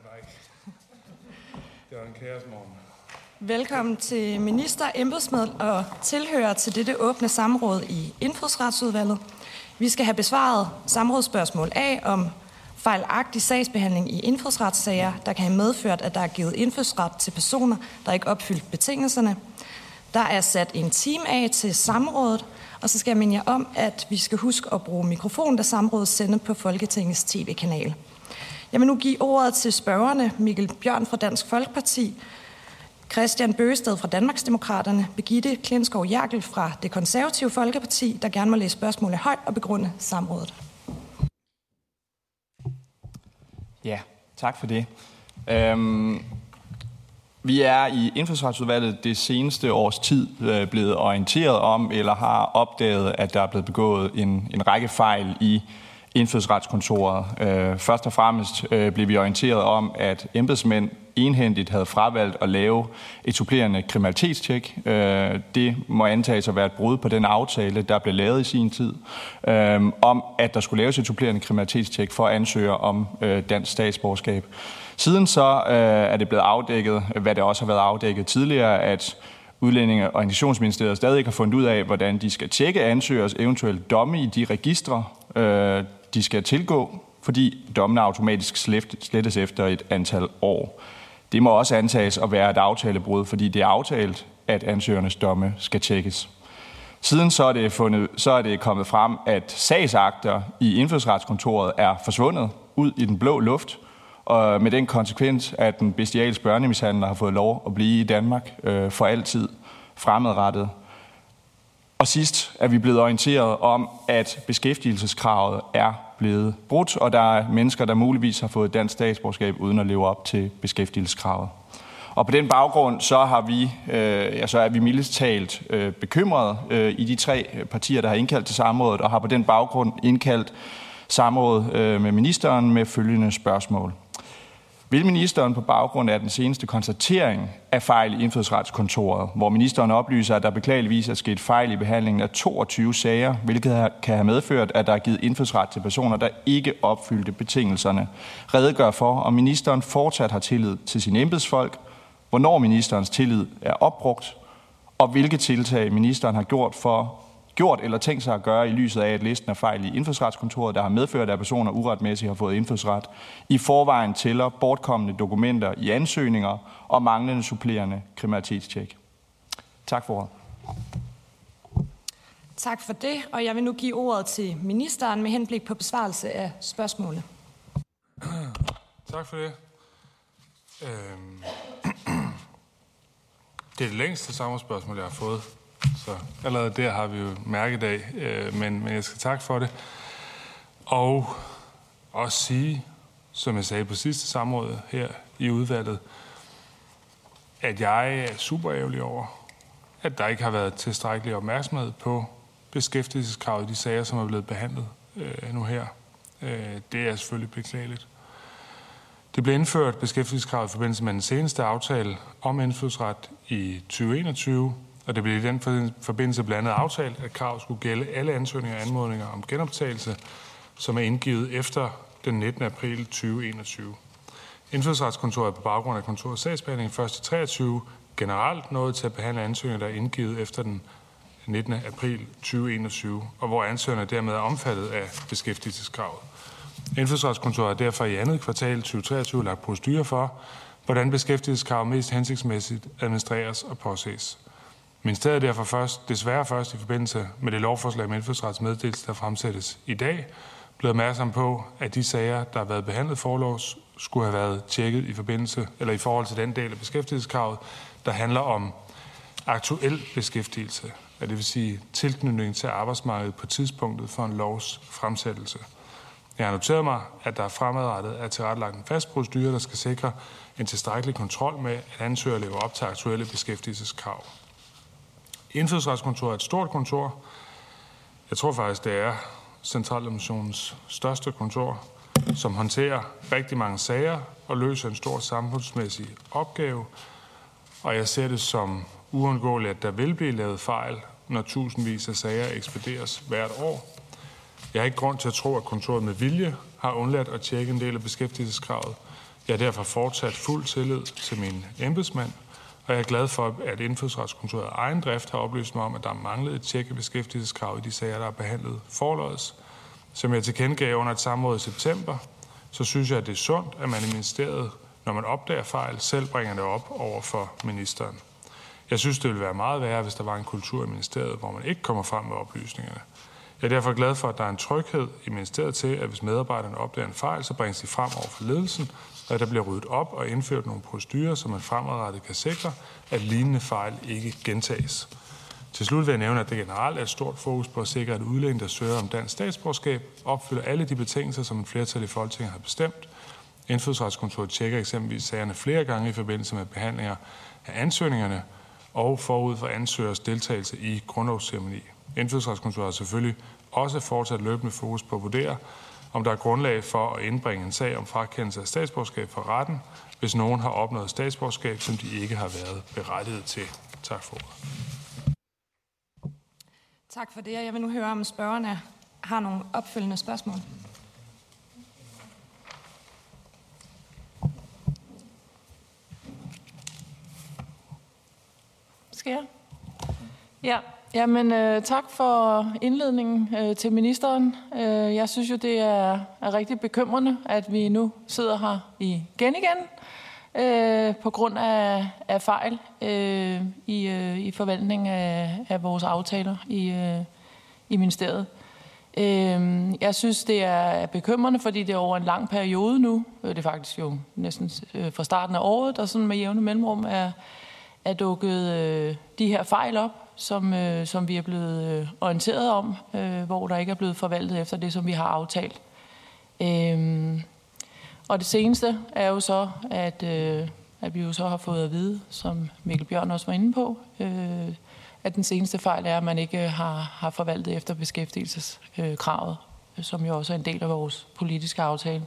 Det var en kaosmorgen. Velkommen til minister, embedsmænd og tilhører til dette åbne samråd i Indfødsretsudvalget. Vi skal have besvaret samrådsspørgsmål A om fejlagtig sagsbehandling i indfødsretssager, der kan have medført, at der er givet indfødsret til personer, der ikke opfyldt betingelserne. Der er sat en time af til samrådet, og så skal jeg minde jer om, at vi skal huske at bruge mikrofonen, da samrådet sendes på Folketingets tv-kanal. Jeg vil nu give ordet til spørgerne Mikkel Bjørn fra Dansk Folkeparti, Christian Bøgested fra Danmarksdemokraterne, Birgitte Klintskov Jerkel fra Det Konservative Folkeparti, der gerne må læse spørgsmålet højt og begrunde samrådet. Ja, tak for det. Vi er i Indfødsretsudvalget det seneste års tid blevet orienteret om, eller har opdaget, at der er blevet begået en række fejl i Indfødsretskontoret. Først og fremmest blev vi orienteret om, at embedsmænd enhændigt havde fravalgt at lave et supplerende kriminalitetstjek. Det må antages at være et brud på den aftale, der blev lavet i sin tid, om at der skulle laves et supplerende kriminalitetstjek for ansøgere om dansk statsborgerskab. Siden så er det blevet afdækket, hvad det også har været afdækket tidligere, at Udlændinge- og Integrationsministeriet stadig ikke har fundet ud af, hvordan de skal tjekke ansøgers eventuelle domme i de registre, de skal tilgå, fordi dommene automatisk slettes efter et antal år. Det må også antages at være et aftalebrud, fordi det er aftalt, at ansøgernes domme skal tjekkes. Siden så er det kommet frem, at sagsakter i Indfødsretskontoret er forsvundet ud i den blå luft, og med den konsekvens, at den bestialske børnemishandler har fået lov at blive i Danmark for altid fremadrettet. Og sidst er vi blevet orienteret om, at beskæftigelseskravet er blevet brudt, og der er mennesker, der muligvis har fået dansk statsborgerskab uden at leve op til beskæftigelseskravet. Og på den baggrund så er vi mildest talt bekymrede i de tre partier, der har indkaldt til samrådet, og har på den baggrund indkaldt samrådet med ministeren med følgende spørgsmål. Vil ministeren på baggrund af den seneste konstatering af fejl i Indfødsretskontoret, hvor ministeren oplyser, at der beklageligvis er sket fejl i behandlingen af 22 sager, hvilket kan have medført, at der er givet indfødsret til personer, der ikke opfyldte betingelserne, redegør for, om ministeren fortsat har tillid til sine embedsfolk, hvornår ministerens tillid er opbrugt, og hvilke tiltag ministeren har gjort eller tænkt sig at gøre i lyset af, at listen af fejl i Indfødsretskontoret, der har medført, at personer uretmæssigt har fået indfødsret, i forvejen tæller bortkomne dokumenter i ansøgninger og manglende supplerende kriminalitetstjek. Tak for ordet. Tak for det, og jeg vil nu give ordet til ministeren med henblik på besvarelse af spørgsmålet. Tak for det. Det er det længste samrådsspørgsmål, jeg har fået. Så allerede der har vi jo mærkedag, men jeg skal takke for det. Og også sige, som jeg sagde på sidste samråd her i udvalget, at jeg er super ærgerlig over, at der ikke har været tilstrækkelig opmærksomhed på beskæftigelseskravet i de sager, som er blevet behandlet nu her. Det er selvfølgelig beklageligt. Det blev indført beskæftigelseskravet i forbindelse med den seneste aftale om indfødsret i 2021, og det blev i den forbindelse blandt andet aftalt, at kravet skulle gælde alle ansøgninger og anmodninger om genoptagelse, som er indgivet efter den 19. april 2021. Indfødsretskontoret på baggrund af kontorets sagsbehandling først i 2023 generelt nået til at behandle ansøgninger, der er indgivet efter den 19. april 2021, og hvor ansøgerne dermed er omfattet af beskæftigelseskravet. Indfødsretskontoret har derfor i andet kvartal 2023 lagt procedurer for, hvordan beskæftigelseskravet mest hensigtsmæssigt administreres og påses. Ministeriet er derfor desværre først i forbindelse med det lovforslag med indfødsretsmeddelelse, der fremsættes i dag, blevet opmærksom på, at de sager, der har været behandlet forlovs, skulle have været tjekket i forhold til den del af beskæftigelseskravet, der handler om aktuel beskæftigelse, det vil sige tilknytning til arbejdsmarkedet på tidspunktet for en lovs fremsættelse. Jeg har noteret mig, at der fremadrettet er tilrettelagt en fast procedure, der skal sikre en tilstrækkelig kontrol med, at ansøger lever op til aktuelle beskæftigelseskrav. Indfødsretskontoret er et stort kontor. Jeg tror faktisk, det er Centraladministrationens største kontor, som håndterer rigtig mange sager og løser en stor samfundsmæssig opgave. Og jeg ser det som uundgåeligt, at der vil blive lavet fejl, når tusindvis af sager ekspederes hvert år. Jeg har ikke grund til at tro, at kontoret med vilje har undladt at tjekke en del af beskæftigelseskravet. Jeg har derfor fortsat fuld tillid til mine embedsmænd, og jeg er glad for, at Indfødsretskontoret af egen drift har oplyst mig om, at der manglede et tjek af beskæftigelseskrav i de sager, der er behandlet forlods. Som jeg tilkendegav under et samråd i september, så synes jeg, at det er sundt, at man i ministeriet, når man opdager fejl, selv bringer det op over for ministeren. Jeg synes, det ville være meget værre, hvis der var en kultur i ministeriet, hvor man ikke kommer frem med oplysningerne. Jeg er derfor glad for, at der er en tryghed i ministeriet til, at hvis medarbejderne opdager en fejl, så bringes de frem over for ledelsen, og at der bliver ryddet op og indført nogle procedurer, så man fremadrettet kan sikre, at lignende fejl ikke gentages. Til slut vil jeg nævne, at det generelt er et stort fokus på at sikre, at udlændinge, der søger om dansk statsborgerskab, opfylder alle de betingelser, som et flertal i Folketinget har bestemt. Indfødsretskontoret tjekker eksempelvis sagerne flere gange i forbindelse med behandlinger af ansøgningerne og forud for ansøgers deltagelse i grundlovsceremoni. Indfødsretskontoret har selvfølgelig også fortsat løbende fokus på at vurdere, om der er grundlag for at indbringe en sag om frakendelse af statsborgerskab for retten, hvis nogen har opnået statsborgerskab, som de ikke har været berettiget til. Tak for ordet. Tak for det. Jeg vil nu høre, om spørgerne har nogle opfølgende spørgsmål. Skal jeg? Ja. Jamen, tak for indledningen til ministeren. Jeg synes jo, det er rigtig bekymrende, at vi nu sidder her igen på grund af fejl i forvaltningen af vores aftaler i ministeriet. Jeg synes, det er bekymrende, fordi det er over en lang periode nu. Det er faktisk jo næsten fra starten af året, der sådan med jævne mellemrum er dukket de her fejl op, som vi er blevet orienteret om, hvor der ikke er blevet forvaltet efter det, som vi har aftalt. Og det seneste er jo så, at vi jo så har fået at vide, som Mikkel Bjørn også var inde på, at den seneste fejl er, at man ikke har forvaltet efter beskæftigelseskravet, som jo også er en del af vores politiske aftale.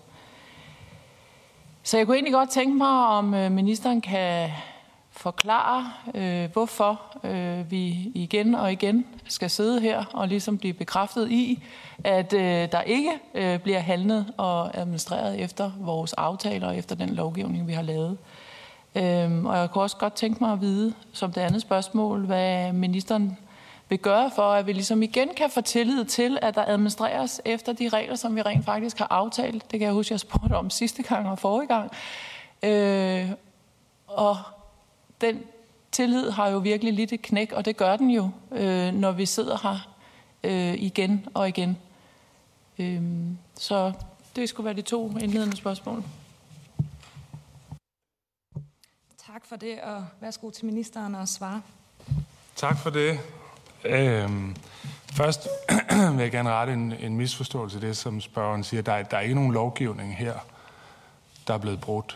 Så jeg kunne egentlig godt tænke mig, om ministeren kan forklare, hvorfor vi igen og igen skal sidde her og ligesom blive bekræftet i, at der ikke bliver handlet og administreret efter vores aftaler og efter den lovgivning, vi har lavet. Og jeg kunne også godt tænke mig at vide, som det andet spørgsmål, hvad ministeren vil gøre for, at vi ligesom igen kan få tillid til, at der administreres efter de regler, som vi rent faktisk har aftalt. Det kan jeg huske, jeg spurgte om sidste gang og forrige gang. Og den tillid har jo virkelig lidt et knæk, og det gør den jo, når vi sidder her igen og igen. Så det skulle være de 2 indledende spørgsmål. Tak for det, og værsgo til ministeren at svare. Tak for det. Først vil jeg gerne rette en misforståelse af det, som spørgeren siger. Der er ikke nogen lovgivning her, der er blevet brudt.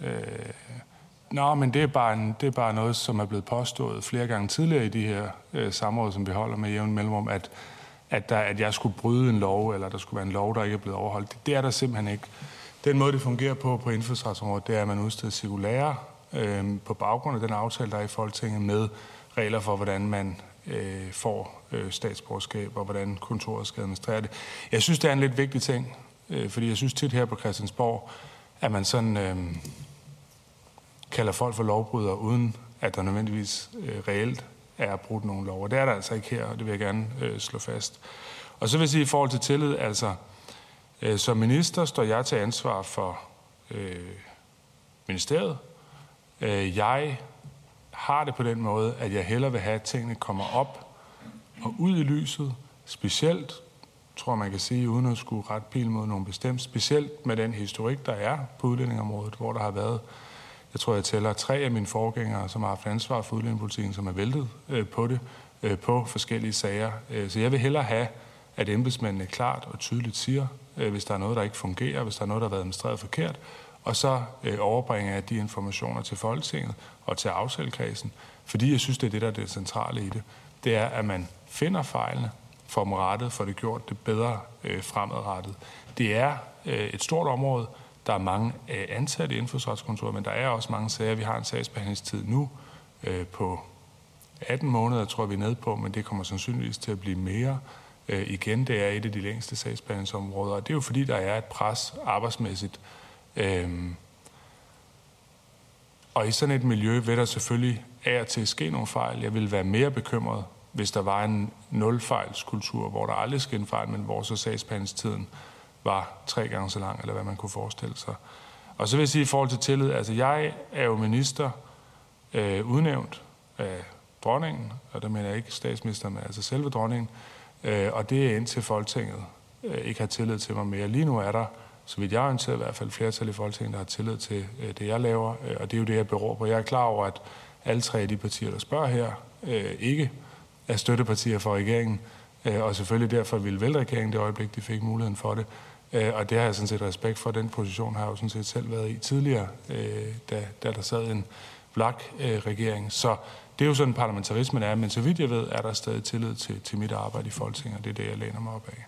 Men det er bare noget, som er blevet påstået flere gange tidligere i de her samråd, som vi holder med jævn mellemrum, at jeg skulle bryde en lov, eller der skulle være en lov, der ikke er blevet overholdt. Det er der simpelthen ikke. Den måde, det fungerer på indfødsretsområdet, det er, at man udsteder cirkulærer på baggrund af den aftale, der er i Folketinget, med regler for, hvordan man får statsborgerskab, og hvordan kontoret skal administrere det. Jeg synes, det er en lidt vigtig ting, fordi jeg synes tit her på Christiansborg, at man sådan kalder folk for lovbrydere, uden at der nødvendigvis reelt er brudt nogen lov. Og det er der altså ikke her, og det vil jeg gerne slå fast. Og så vil jeg sige i forhold til tillid, altså som minister står jeg til ansvar for ministeriet. Jeg har det på den måde, at jeg hellere vil have, at tingene kommer op og ud i lyset, specielt, tror man kan sige, uden at skulle rette pil mod nogen bestemt, specielt med den historik, der er på udlændingeområdet, hvor der har været, jeg tror, jeg tæller 3 af mine forgængere, som har haft ansvar for udlændingepolitikken, som er væltet på det, på forskellige sager. Så jeg vil hellere have, at embedsmændene klart og tydeligt siger, hvis der er noget, der ikke fungerer, hvis der er noget, der har været administreret forkert, og så overbringer jeg de informationer til Folketinget og til aftalekredsen, fordi jeg synes, det er det, der er det centrale i det. Det er, at man finder fejlene, får dem rettet, får det gjort det bedre fremadrettet. Det er et stort område. Der er mange ansatte i Indfødsretskontoret, men der er også mange sager. Vi har en sagsbehandlingstid nu på 18 måneder, tror jeg, vi er nede på, men det kommer sandsynligvis til at blive mere. Igen, det er et af de længste sagsbehandlingsområder, og det er jo fordi, der er et pres arbejdsmæssigt Og i sådan et miljø vil der selvfølgelig af og til ske nogle fejl. Jeg ville være mere bekymret, hvis der var en nulfejlskultur, hvor der aldrig skete en fejl, men hvor så sagsbehandlingstiden var 3 gange så lang, eller hvad man kunne forestille sig. Og så vil jeg sige i forhold til tillid, altså jeg er jo minister udnævnt af dronningen, og der mener jeg ikke statsministeren, men altså selve dronningen, og det er indtil Folketinget ikke har tillid til mig mere. Lige nu er der, så vidt jeg er orienteret, i hvert fald flertal i Folketinget, der har tillid til det, jeg laver, og det er jo det, jeg beror på. Jeg er klar over, at alle 3 af de partier, der spørger her, ikke er støttepartier for regeringen, og selvfølgelig derfor ville vælge regeringen det øjeblik, de fik muligheden for det. Og det har jeg sådan set respekt for. Den position har jeg jo sådan set selv været i tidligere, da der sad en VLAK-regering. Så det er jo sådan, parlamentarismen er, men så vidt jeg ved, er der stadig tillid til mit arbejde i Folketinget, og det er det, jeg læner mig op af.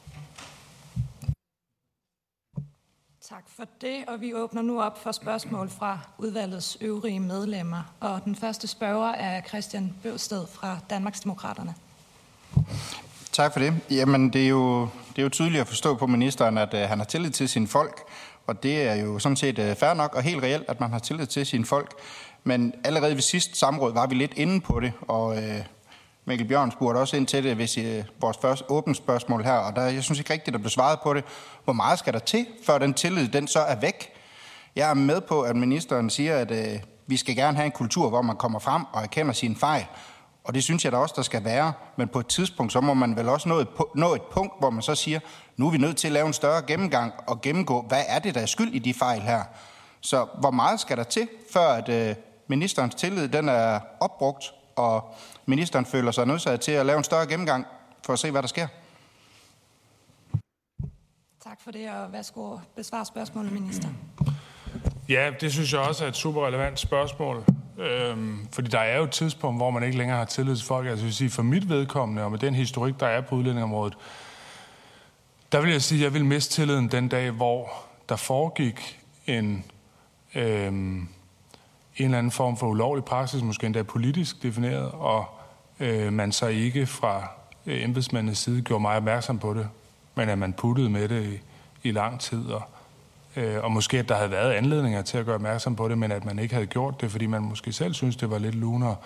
Tak for det, og vi åbner nu op for spørgsmål fra udvalgets øvrige medlemmer. Og den første spørger er Christian Bøvsted fra Danmarksdemokraterne. Tak for det. Jamen, det er jo tydeligt at forstå på ministeren, at han har tillid til sine folk, og det er jo sådan set fair nok og helt reelt, at man har tillid til sine folk. Men allerede ved sidste samråd var vi lidt inde på det, og Mikkel Bjørn spurgte også ind til det ved vores første åbent spørgsmål her, og jeg synes ikke rigtigt, der blev svaret på det. Hvor meget skal der til, før den tillid den så er væk? Jeg er med på, at ministeren siger, at vi skal gerne have en kultur, hvor man kommer frem og erkender sine fejl. Og det synes jeg da også, der skal være. Men på et tidspunkt, så må man vel også nå et punkt, hvor man så siger, nu er vi nødt til at lave en større gennemgang og gennemgå, hvad er det, der er skyld i de fejl her? Så hvor meget skal der til, før at ministerens tillid den er opbrugt, og ministeren føler sig nødsaget til at lave en større gennemgang for at se, hvad der sker? Tak for det, og værsgo besvar spørgsmålet, minister. Ja, det synes jeg også er et super relevant spørgsmål. Fordi der er jo et tidspunkt, hvor man ikke længere har tillid til folk. Altså, jeg vil sige, for mit vedkommende, og med den historik, der er på udlændingeområdet, der vil jeg sige, at jeg vil miste tilliden den dag, hvor der foregik en eller anden form for ulovlig praksis, måske endda politisk defineret, og man så ikke fra embedsmændenes side gjorde mig opmærksom på det, men at man puttede med det i lang tid, og måske at der havde været anledninger til at gøre opmærksom på det, men at man ikke havde gjort det, fordi man måske selv synes det var lidt lunere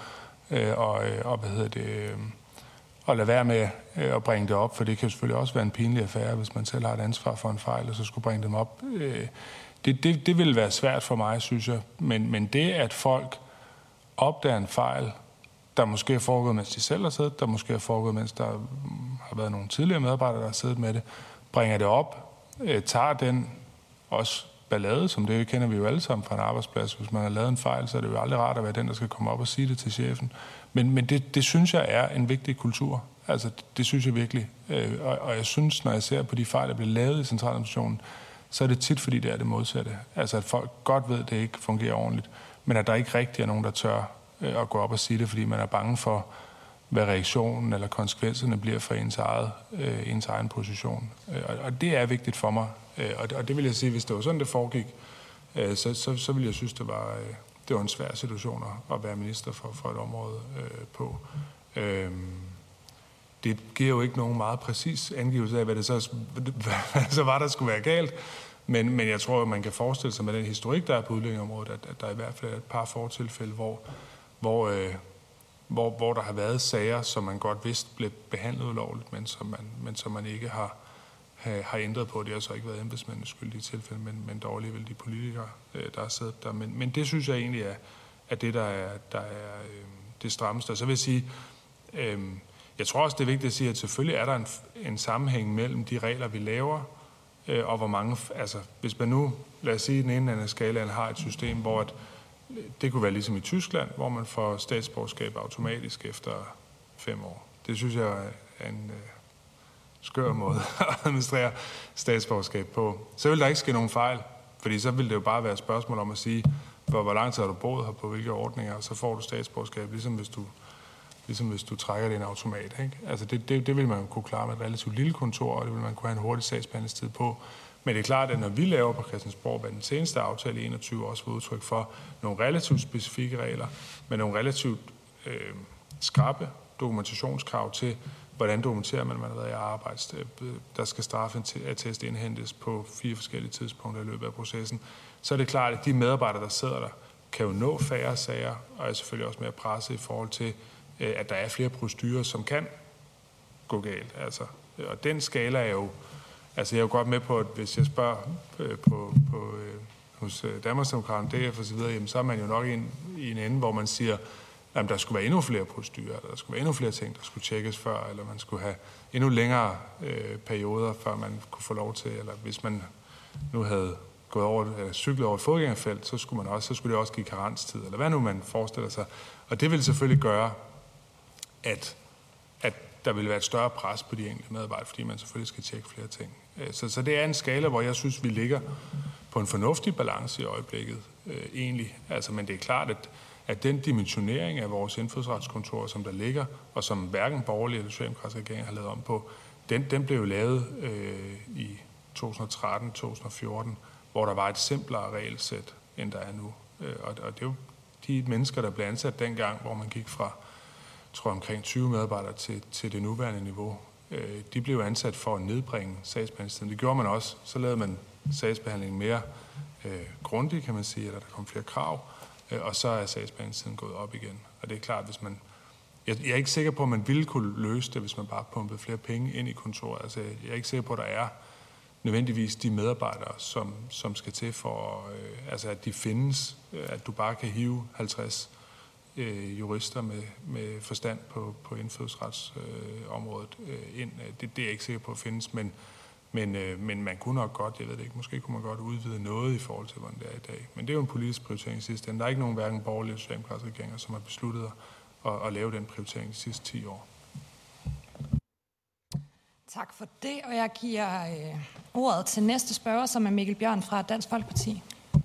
og lade være med at bringe det op, for det kan selvfølgelig også være en pinlig affære, hvis man selv har et ansvar for en fejl, og så skulle bringe dem op. Det ville være svært for mig, synes jeg, men det, at folk opdager en fejl, der måske er foregået, mens de selv har siddet, der måske er foregået, mens der har været nogle tidligere medarbejdere, der har siddet med det, bringer det op, tager den også ballade, som det kender vi jo alle sammen fra en arbejdsplads. Hvis man har lavet en fejl, så er det jo aldrig rart at være den, der skal komme op og sige det til chefen. Men det synes jeg er en vigtig kultur. Altså, det synes jeg virkelig. Og jeg synes, når jeg ser på de fejl, der bliver lavet i centraladministrationen, så er det tit, fordi det er det modsatte. Altså, at folk godt ved, at det ikke fungerer ordentligt, men at der ikke rigtig er nogen, der tør at gå op og sige det, fordi man er bange for, hvad reaktionen eller konsekvenserne bliver for ens egen position. Og det er vigtigt for mig. Og det vil jeg sige, hvis det var sådan, det foregik, så ville jeg synes, det var en svær situation at være minister for et område på. Det giver jo ikke nogen meget præcis angivelse af, hvad det så var, der skulle være galt. Men jeg tror, at man kan forestille sig med den historik, der er på udlændingeområdet, at der i hvert fald er et par fortilfælde, hvor der har været sager, som man godt vidste blev behandlet ulovligt, men som man ikke har ændret på. Det har så ikke været embedsmændenes skyld i tilfælde, men dog alligevel de politikere, der har siddet der. Men det synes jeg egentlig er det, der er det strammeste. Og så vil jeg sige, jeg tror også, det er vigtigt at sige, at selvfølgelig er der en sammenhæng mellem de regler, vi laver, og hvor mange... Altså, hvis man nu, lad os sige, den ene anden af skalaen har et system, hvor det kunne være ligesom i Tyskland, hvor man får statsborgerskab automatisk efter 5 år. Det synes jeg er en skør måde at administrere statsborgerskab på. Så vil der ikke ske nogen fejl, fordi så vil det jo bare være et spørgsmål om at sige, hvor lang tid har du boet her, på hvilke ordninger, og så får du statsborgerskab, ligesom hvis du trækker det i en automat. Ikke? Altså det vil man kunne klare med et relativt lille kontor, og det vil man kunne have en hurtig sagsbehandlingstid på. Men det er klart, at når vi laver på Christiansborg, hvad den seneste aftale i 21 også var udtryk for, nogle relativt specifikke regler, med nogle relativt skrappe dokumentationskrav til, hvordan dokumenterer man, at man har været i arbejde. Der skal straffeattest indhentes på 4 forskellige tidspunkter i løbet af processen. Så er det klart, at de medarbejdere, der sidder der, kan jo nå færre sager, og er selvfølgelig også mere presset i forhold til, at der er flere procedurer, som kan gå galt. Altså, og den skala er jo, altså jeg er jo godt med på, at hvis jeg spørger hos Danmarksdemokraterne, DF og så videre, jamen, så er man jo nok i en ende, hvor man siger, at der skulle være endnu flere procedurer, eller der skulle være endnu flere ting, der skulle tjekkes før, eller man skulle have endnu længere perioder, før man kunne få lov til, eller hvis man nu havde gået over, eller cyklet over et fodgængerfelt, så skulle det også give karenstid, eller hvad nu man forestiller sig. Og det vil selvfølgelig gøre, at der vil være et større pres på de enkelte medarbejdere, fordi man selvfølgelig skal tjekke flere ting. Så det er en skala, hvor jeg synes, vi ligger på en fornuftig balance i øjeblikket, egentlig. Altså, men det er klart, at den dimensionering af vores indfødsretskontor, som der ligger, og som hverken borgerlige eller socialdemokratiske regering har lavet om på, den blev jo lavet i 2013-2014, hvor der var et simplere regelsæt, end der er nu. Og det er jo de mennesker, der blev ansat dengang, hvor man gik fra, tror jeg, omkring 20 medarbejdere til det nuværende niveau. De blev ansat for at nedbringe sagsbehandlingstiden. Det gjorde man også. Så lavede man sagsbehandlingen mere grundig, kan man sige, eller der kom flere krav, og så er sagsbehandlingstiden gået op igen. Og det er klart, hvis man... Jeg er ikke sikker på, at man ville kunne løse det, hvis man bare pumpede flere penge ind i kontoret. Altså, jeg er ikke sikker på, at der er nødvendigvis de medarbejdere, som skal til for, altså at de findes, at du bare kan hive 50 jurister med forstand på indfødsretsområdet ind. Det er jeg ikke sikker på at findes, men man kunne nok godt, jeg ved det ikke, måske kunne man godt udvide noget i forhold til, hvordan det er i dag. Men det er jo en politisk prioritering i sidste ende. Der er ikke nogen hverken borgerlige eller socialdemokratiske regeringer, som har besluttet at lave den prioritering de sidste 10 år. Tak for det, og jeg giver ordet til næste spørger, som er Mikkel Bjørn fra Dansk Folkeparti.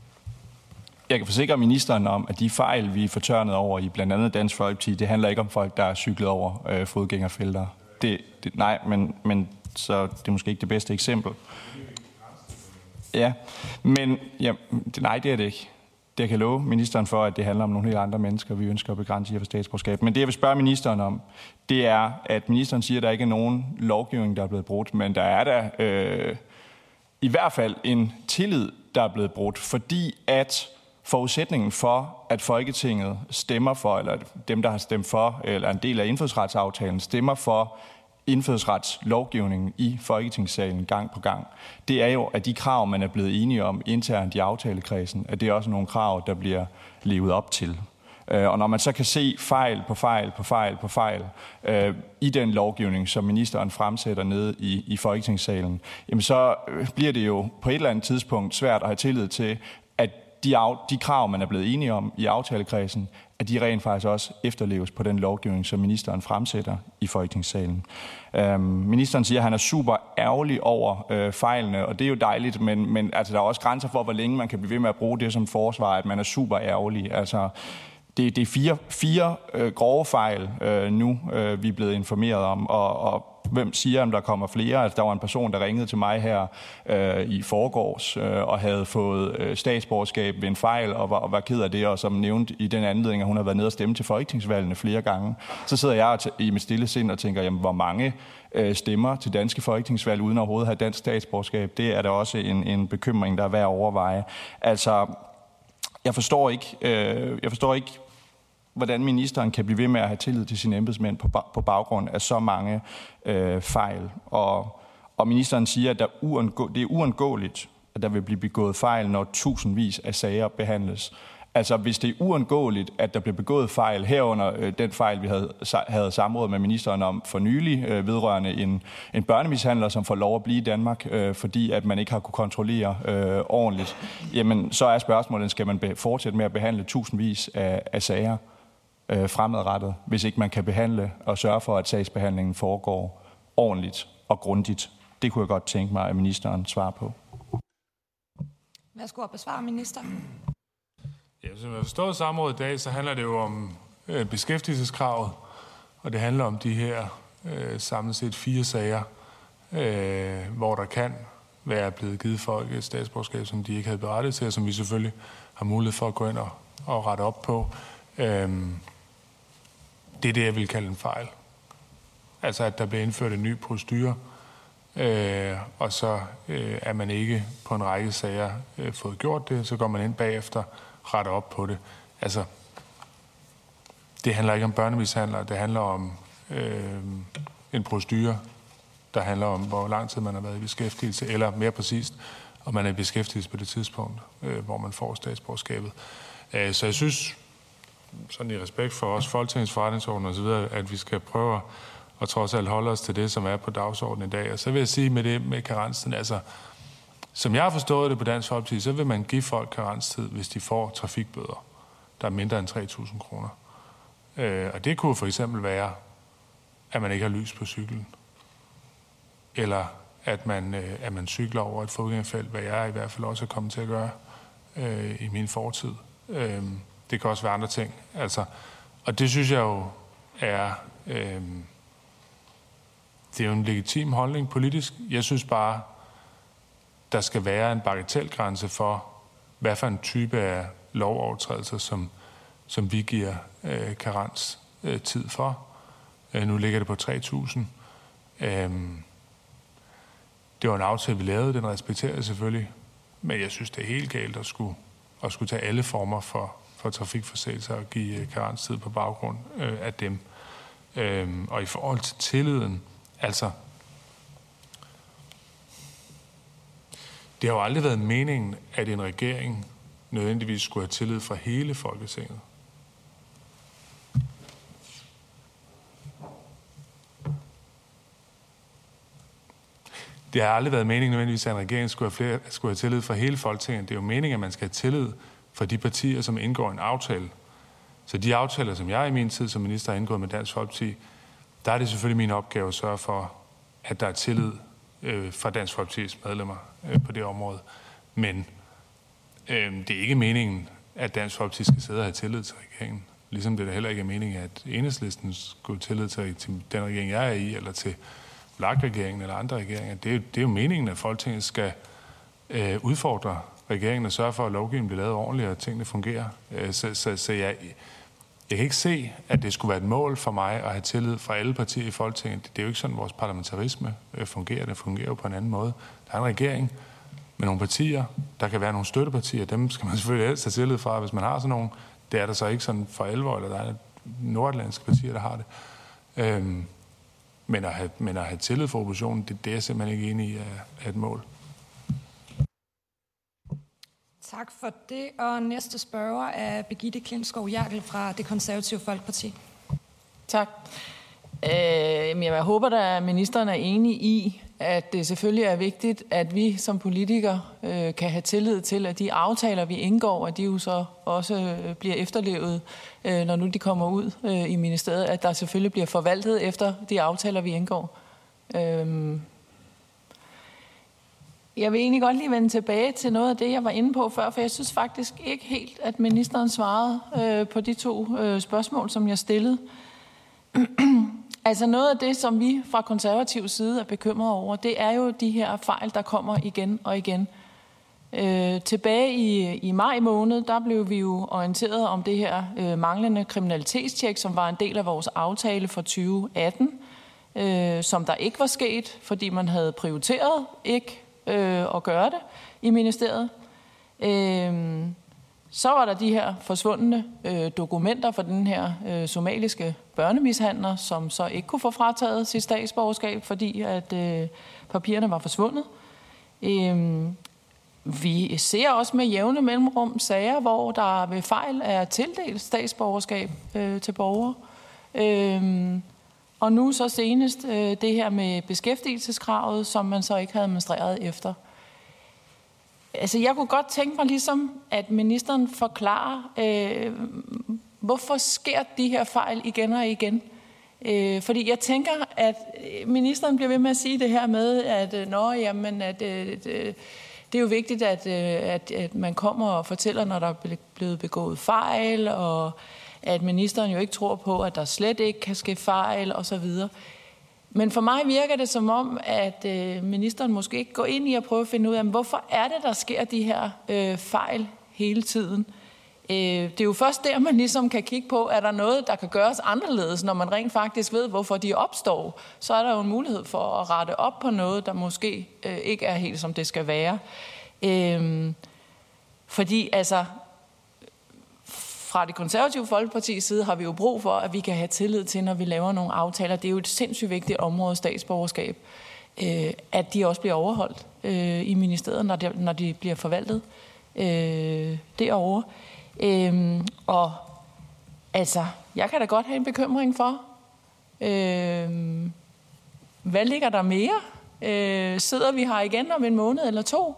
Jeg kan forsikre ministeren om, at de fejl, vi er fortørnet over i blandt andet Dansk Folkeparti, det handler ikke om folk, der er cyklet over fodgængerfelter. Nej, men så det er måske ikke det bedste eksempel. Ja, men nej, det er det ikke. Det kan love ministeren for, at det handler om nogle helt andre mennesker, vi ønsker at begrænse her for statsborgerskab. Men det, jeg vil spørge ministeren om, det er, at ministeren siger, at der ikke er nogen lovgivning, der er blevet brudt, men der er der i hvert fald en tillid, der er blevet brudt, fordi at forudsætningen for, at Folketinget stemmer for, eller dem, der har stemt for, eller en del af indfødsretsaftalen, stemmer for indfødsretslovgivningen i Folketingssalen gang på gang, det er jo, at de krav, man er blevet enige om internt i aftalekredsen, at det er også nogle krav, der bliver levet op til. Og når man så kan se fejl på fejl i den lovgivning, som ministeren fremsætter nede i Folketingssalen, jamen så bliver det jo på et eller andet tidspunkt svært at have tillid til, at de krav, man er blevet enige om i aftalekredsen, at de rent faktisk også efterleves på den lovgivning, som ministeren fremsætter i Folketingssalen. Ministeren siger, at han er super ærgerlig over fejlene, og det er jo dejligt, men altså, der er også grænser for, hvor længe man kan blive ved med at bruge det som forsvar, at man er super ærgerlig. Altså, det er fire grove fejl nu, vi er blevet informeret om, og hvem siger, om der kommer flere? Altså, der var en person, der ringede til mig her i forgårs og havde fået statsborgerskab ved en fejl og var ked af det, og som nævnte i den anledning, at hun har været nede og stemme til folketingsvalgene flere gange. Så sidder jeg i mit stille sind og tænker, jamen, hvor mange stemmer til danske folketingsvalg uden overhovedet at have dansk statsborgerskab? Det er da også en bekymring, der er værd at overveje. Altså, jeg forstår ikke, hvordan ministeren kan blive ved med at have tillid til sine embedsmænd på baggrund af så mange fejl. Og ministeren siger, at det er uundgåeligt, at der vil blive begået fejl, når tusindvis af sager behandles. Altså, hvis det er uundgåeligt, at der bliver begået fejl, herunder den fejl, vi havde samråd med ministeren om for nylig, vedrørende en børnemishandler, som får lov at blive i Danmark, fordi at man ikke har kunne kontrollere ordentligt, jamen, så er spørgsmålet, skal man fortsætte med at behandle tusindvis af sager fremadrettet, hvis ikke man kan behandle og sørge for, at sagsbehandlingen foregår ordentligt og grundigt. Det kunne jeg godt tænke mig, at ministeren svarer på. Værsgo at besvare, minister. Ja, som jeg forstår samrådet i dag, så handler det jo om beskæftigelseskravet, og det handler om de her samlet set 4 sager, hvor der kan være blevet givet folk et statsborgerskab, som de ikke havde berettet til, og som vi selvfølgelig har mulighed for at gå ind og rette op på. Det er det, jeg vil kalde en fejl. Altså, at der bliver indført en ny procedure, og så er man ikke på en række sager fået gjort det, så går man ind bagefter rette op på det. Altså, det handler ikke om børnemishandler, det handler om en procedure, der handler om, hvor lang tid man har været i beskæftigelse, eller mere præcist, om man er i beskæftigelse på det tidspunkt, hvor man får statsborgerskabet. Så jeg synes, sådan i respekt for os Folketingets forretningsorden og så videre, at vi skal prøve at trods alt holde os til det, som er på dagsordenen i dag. Og så vil jeg sige med det med karenstiden, altså, som jeg har forstået det på Dansk Folkeparti, så vil man give folk karenstid, hvis de får trafikbøder, der er mindre end 3.000 kroner. Og det kunne for eksempel være, at man ikke har lys på cyklen, eller at man cykler over et fodgængerfelt, hvad jeg i hvert fald også er kommet til at gøre i min fortid. Det kan også være andre ting. Altså, og det synes jeg jo er... det er jo en legitim holdning politisk. Jeg synes bare, der skal være en bagatelgrænse for, hvad for en type af lovovertrædelser, som vi giver karenstid for. Nu ligger det på 3.000. Det var en aftale, vi lavede. Den respekterer jeg selvfølgelig. Men jeg synes, det er helt galt at skulle tage alle former for trafikforseelser og give karenstid på baggrund af dem. Og i forhold til tilliden, altså, det har jo aldrig været meningen, at en regering nødvendigvis skulle have tillid fra hele Folketinget. Det har aldrig været meningen nødvendigvis, at en regering skulle have tillid fra hele Folketinget. Det er jo meningen, at man skal have tillid fra de partier, som indgår en aftale. Så de aftaler, som jeg i min tid som minister har indgået med Dansk Folkeparti, der er det selvfølgelig min opgave at sørge for, at der er tillid fra Dansk Folkepartis medlemmer på det område. Men det er ikke meningen, at Dansk Folkeparti skal sidde og have tillid til regeringen. Ligesom det heller ikke er meningen, at Enhedslisten skulle have tillid til den regering, jeg er i, eller til VLAK-regeringen eller andre regeringer. Det er jo meningen, at Folketinget skal udfordre regeringen og sørge for, at lovgivningen bliver lavet ordentligt, og at tingene fungerer. Så jeg kan ikke se, at det skulle være et mål for mig at have tillid fra alle partier i Folketinget. Det er jo ikke sådan, vores parlamentarisme fungerer. Det fungerer jo på en anden måde. Der er en regering med nogle partier. Der kan være nogle støttepartier. Dem skal man selvfølgelig helst have tillid fra, hvis man har sådan nogle. Det er der så ikke sådan for alvor, eller der er nordatlantiske partier, der har det. Men at have tillid for oppositionen, det er jeg simpelthen ikke enig i er et mål. Tak for det. Og næste spørger er Birgitte Klintskov Jerkel fra Det Konservative Folkeparti. Tak. Jeg håber, at ministeren er enig i, at det selvfølgelig er vigtigt, at vi som politikere kan have tillid til, at de aftaler, vi indgår, at de jo så også bliver efterlevet, når nu de kommer ud i ministeriet, at der selvfølgelig bliver forvaltet efter de aftaler, vi indgår. Jeg vil egentlig godt lige vende tilbage til noget af det, jeg var inde på før, for jeg synes faktisk ikke helt, at ministeren svarede på de to spørgsmål, som jeg stillede. Altså noget af det, som vi fra konservativ side er bekymret over, det er jo de her fejl, der kommer igen og igen. Tilbage i maj måned, der blev vi jo orienteret om det her manglende kriminalitetstjek, som var en del af vores aftale for 2018, som der ikke var sket, fordi man havde prioriteret ikke at gøre det i ministeriet. Så var der de her forsvundne dokumenter for den her somaliske børnemishandler, som så ikke kunne få frataget sit statsborgerskab, fordi at papirerne var forsvundet. Vi ser også med jævne mellemrum sager, hvor der ved fejl er tildelt statsborgerskab til borgere. Og nu så senest det her med beskæftigelseskravet, som man så ikke havde administreret efter. Altså, jeg kunne godt tænke mig ligesom, at ministeren forklarer, hvorfor sker de her fejl igen og igen. Fordi jeg tænker, at ministeren bliver ved med at sige det her med, at det er jo vigtigt, at man kommer og fortæller, når der er blevet begået fejl, og at ministeren jo ikke tror på, at der slet ikke kan ske fejl osv. Men for mig virker det som om, at ministeren måske ikke går ind i at prøve at finde ud af, hvorfor er det, der sker de her fejl hele tiden. Det er jo først der, man ligesom kan kigge på, er der noget, der kan gøres anderledes, når man rent faktisk ved, hvorfor de opstår. Så er der jo en mulighed for at rette op på noget, der måske ikke er helt, som det skal være. Fordi altså, fra det konservative Folkepartis side har vi jo brug for, at vi kan have tillid til, når vi laver nogle aftaler. Det er jo et sindssygt vigtigt område, statsborgerskab, at de også bliver overholdt i ministeriet, når de bliver forvaltet derovre. Og altså, jeg kan da godt have en bekymring for, hvad ligger der mere? Sidder vi her igen om en måned eller to?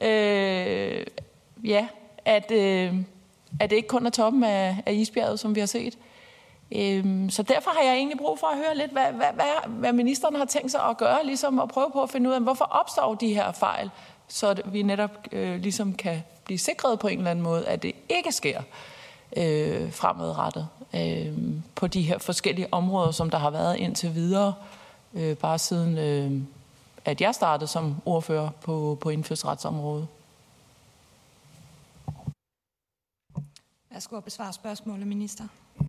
At det ikke kun er toppen af isbjerget, som vi har set. Så derfor har jeg egentlig brug for at høre lidt, hvad ministeren har tænkt sig at gøre, ligesom at prøve på at finde ud af, hvorfor opstår de her fejl, så vi netop ligesom kan blive sikret på en eller anden måde, at det ikke sker fremadrettet på de her forskellige områder, som der har været indtil videre, bare siden at jeg startede som ordfører på indfødsretsområdet. Værsgo at besvare spørgsmålet, minister.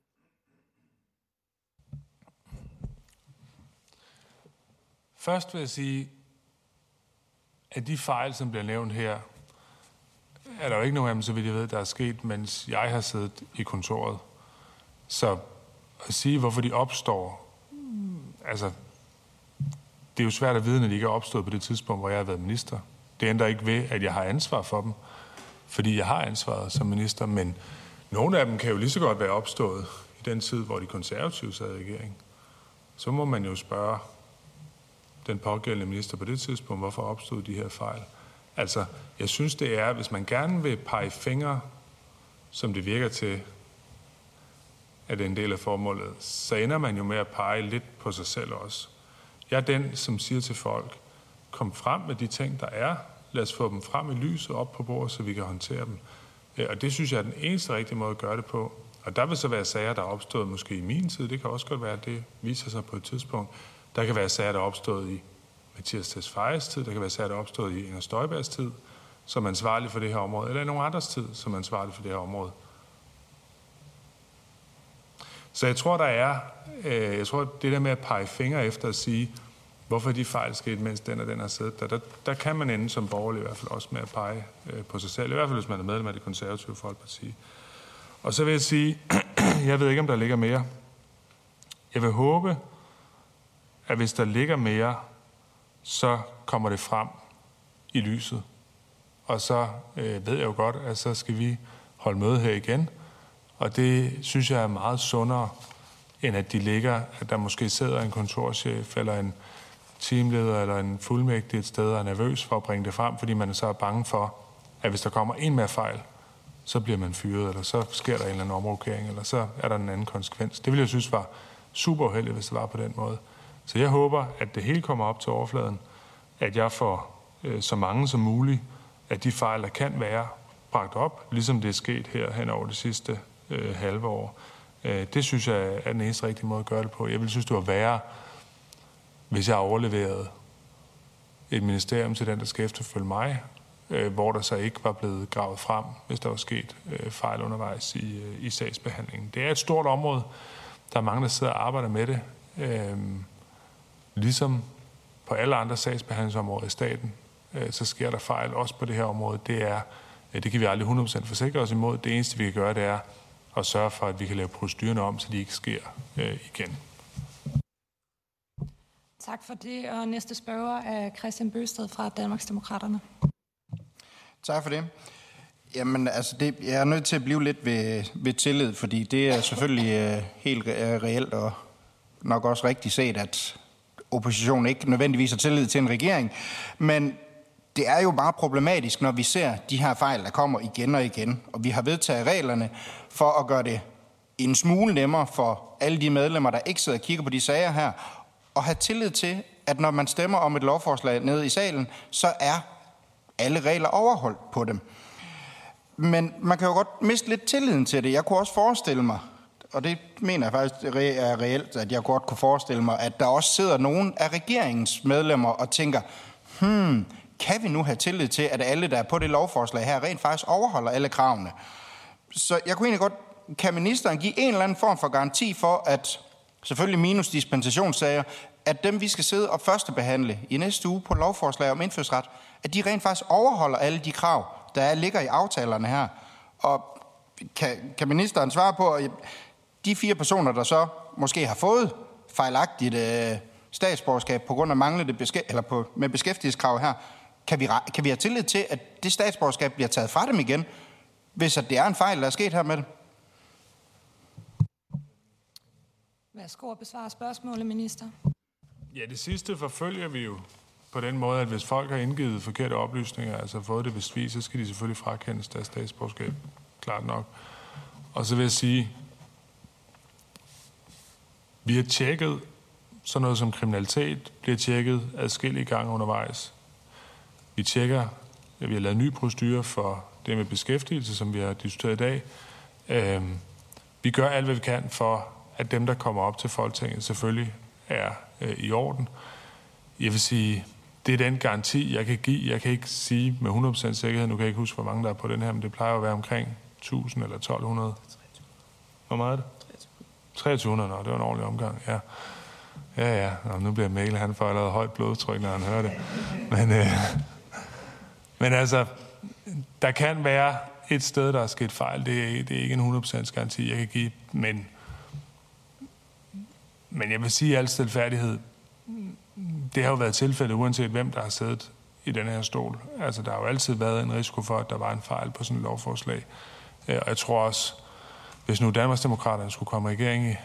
Først vil jeg sige, at de fejl, som bliver nævnt her, er der jo ikke nogen af dem, så vidt jeg ved, der er sket, mens jeg har siddet i kontoret. Så at sige, hvorfor de opstår, altså, det er jo svært at vide, når de ikke er opstået på det tidspunkt, hvor jeg har været minister. Det ændrer ikke ved, at jeg har ansvar for dem, fordi jeg har ansvaret som minister, men nogle af dem kan jo lige så godt være opstået i den tid, hvor de konservative sad i regering. Så må man jo spørge den pågældende minister på det tidspunkt, hvorfor opstod de her fejl. Altså, jeg synes, det er, hvis man gerne vil pege fingre, som det virker til, at det er en del af formålet, så ender man jo med at pege lidt på sig selv også. Jeg er den, som siger til folk, kom frem med de ting, der er. Lad os få dem frem i lyset op på bordet, så vi kan håndtere dem. Og det synes jeg er den eneste rigtige måde at gøre det på. Og der vil så være sager, der er opstået måske i min tid. Det kan også godt være, at det viser sig på et tidspunkt. Der kan være sager, der er opstået i Mathias Tesfayes tid. Der kan være sager, der er opstået i Inger Støjbergs tid, som er ansvarlig for det her område. Eller i nogen andres tid, som er ansvarlig for det her område. Så jeg tror, det der med at pege fingre efter at sige, hvorfor de fejl skete, mens den og den har siddet der kan man ende som borgerlig i hvert fald også med at pege på sig selv. I hvert fald, hvis man er medlem af det konservative Folkeparti. Og så vil jeg sige, jeg ved ikke, om der ligger mere. Jeg vil håbe, at hvis der ligger mere, så kommer det frem i lyset. Og så ved jeg jo godt, at så skal vi holde møde her igen. Og det synes jeg er meget sundere, end at de ligger, at der måske sidder en kontorchef eller en teamleder eller en fuldmægtig et sted og er nervøs for at bringe det frem, fordi man så er bange for, at hvis der kommer en mere fejl, så bliver man fyret, eller så sker der en eller anden omrokering, eller så er der en anden konsekvens. Det ville jeg synes var super uheldigt, hvis det var på den måde. Så jeg håber, at det hele kommer op til overfladen, at jeg får så mange som muligt af de fejl, der kan være, bragt op, ligesom det er sket her hen over det sidste halve år. Det synes jeg er den eneste rigtige måde at gøre det på. Jeg ville synes, det var værre, hvis jeg overleverede et ministerium til den, der skal efterfølge mig, hvor der så ikke var blevet gravet frem, hvis der var sket fejl undervejs i sagsbehandlingen. Det er et stort område. Der er mange, der sidder og arbejder med det. Ligesom på alle andre sagsbehandlingsområder i staten, så sker der fejl også på det her område. Det kan vi aldrig 100% forsikre os imod. Det eneste, vi kan gøre, det er at sørge for, at vi kan lave procedurerne om, så de ikke sker igen. Tak for det, og næste spørger er Christian Bøsted fra Danmarksdemokraterne. Tak for det. Jamen, altså, jeg er nødt til at blive lidt ved tillid, fordi det er selvfølgelig helt reelt og nok også rigtigt set, at oppositionen ikke nødvendigvis har tillid til en regering. Men det er jo bare problematisk, når vi ser de her fejl, der kommer igen og igen. Og vi har vedtaget reglerne for at gøre det en smule nemmere for alle de medlemmer, der ikke sidder og kigger på de sager her, og have tillid til, at når man stemmer om et lovforslag nede i salen, så er alle regler overholdt på dem. Men man kan jo godt miste lidt tilliden til det. Jeg kunne også forestille mig, og det mener jeg faktisk er reelt, at jeg godt kunne forestille mig, at der også sidder nogen af regeringens medlemmer og tænker, kan vi nu have tillid til, at alle, der er på det lovforslag her, rent faktisk overholder alle kravene? Så jeg kunne egentlig godt, kan ministeren give en eller anden form for garanti for, at selvfølgelig minus dispensationssager, at dem, vi skal sidde og førstebehandle i næste uge på lovforslag om indfødsret, at de rent faktisk overholder alle de krav, der ligger i aftalerne her. Og Kan ministeren svare på, de 4 personer, der så måske har fået fejlagtigt statsborgerskab på grund af manglende med beskæftigelseskrav her, kan vi have tillid til, at det statsborgerskab bliver taget fra dem igen, hvis at det er en fejl, der er sket her med det? Værsgo at besvare spørgsmålet, minister. Ja, det sidste forfølger vi jo på den måde, at hvis folk har indgivet forkerte oplysninger, altså fået det bevis, så skal de selvfølgelig frakendes deres statsborgerskab. Klart nok. Og så vil jeg sige, vi har tjekket sådan noget som kriminalitet, bliver tjekket adskillige gange undervejs. Vi tjekker, at vi har lavet nye procedurer for det med beskæftigelse, som vi har diskuteret i dag. Vi gør alt, hvad vi kan for, at dem, der kommer op til Folketinget, selvfølgelig er i orden. Jeg vil sige, det er den garanti, jeg kan give. Jeg kan ikke sige med 100% sikkerhed, nu kan jeg ikke huske, hvor mange der er på den her, men det plejer at være omkring 1000 eller 1200. Hvor meget er det? 2300, det var en ordentlig omgang, ja. Ja, nu bliver Mikkel, han får allerede højt blodtryk, når han hører det. Men altså, der kan være et sted, der er sket fejl. Det er ikke en 100% garanti, jeg kan give, men jeg vil sige i al stilfærdighed, det har jo været tilfældet, uanset hvem der har siddet i den her stol. Altså, der har jo altid været en risiko for, at der var en fejl på sådan et lovforslag. Og jeg tror også, hvis nu Danmarksdemokraterne skulle komme i regering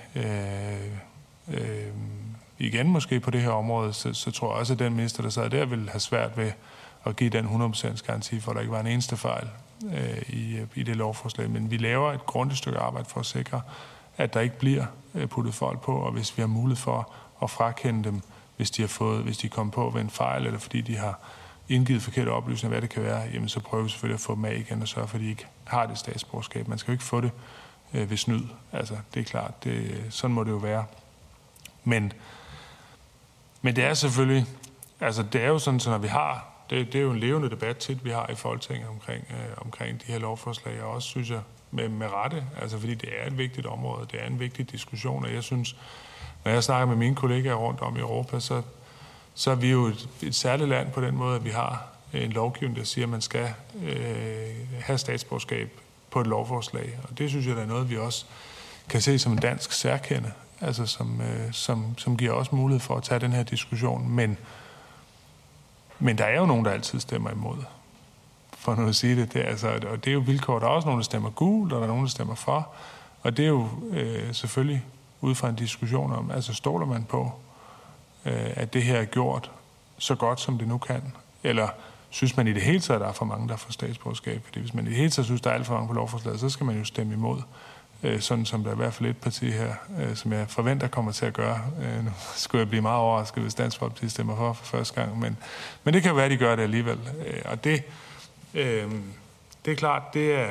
igen måske på det her område, så tror jeg også, at den minister, der sad der, ville have svært ved at give den 100% garanti for, at der ikke var en eneste fejl i det lovforslag. Men vi laver et grundigt stykke arbejde for at sikre, at der ikke bliver puttet folk på, og hvis vi har mulighed for at frakende dem, hvis de er kommet på ved en fejl, eller fordi de har indgivet forkerte oplysninger, hvad det kan være, jamen så prøver vi selvfølgelig at få dem af igen og sørge for, at de ikke har det statsborgerskab. Man skal jo ikke få det ved snyd. Altså, det er klart. Sådan må det jo være. Men det er selvfølgelig, altså det er jo sådan, så når vi har, det er jo en levende debat tit, vi har i Folketinget omkring de her lovforslag, og også synes jeg med rette, altså fordi det er et vigtigt område, det er en vigtig diskussion, og jeg synes, når jeg snakker med mine kollegaer rundt om i Europa, så er vi jo et særligt land på den måde, at vi har en lovgivning, der siger, at man skal have statsborgerskab på et lovforslag. Og det synes jeg, der er noget, vi også kan se som en dansk særkende, altså som giver os mulighed for at tage den her diskussion. Men der er jo nogen, der altid stemmer imod, for nu at sige det. Og det er jo vilkår. Der er også nogen, der stemmer gult, og der er nogen, der stemmer for. Og det er jo selvfølgelig ud fra en diskussion om, altså stoler man på, at det her er gjort så godt, som det nu kan? Eller synes man i det hele taget, at der er for mange, der får statsborgerskab? Fordi hvis man i det hele taget synes, der er alt for mange på lovforslaget, så skal man jo stemme imod. Sådan som der er i hvert fald et parti her, som jeg forventer kommer til at gøre. Nu skulle jeg blive meget overrasket, hvis Dansk Folkeparti stemmer for første gang. Men det kan jo være, at de gør det alligevel. Og det er klart, det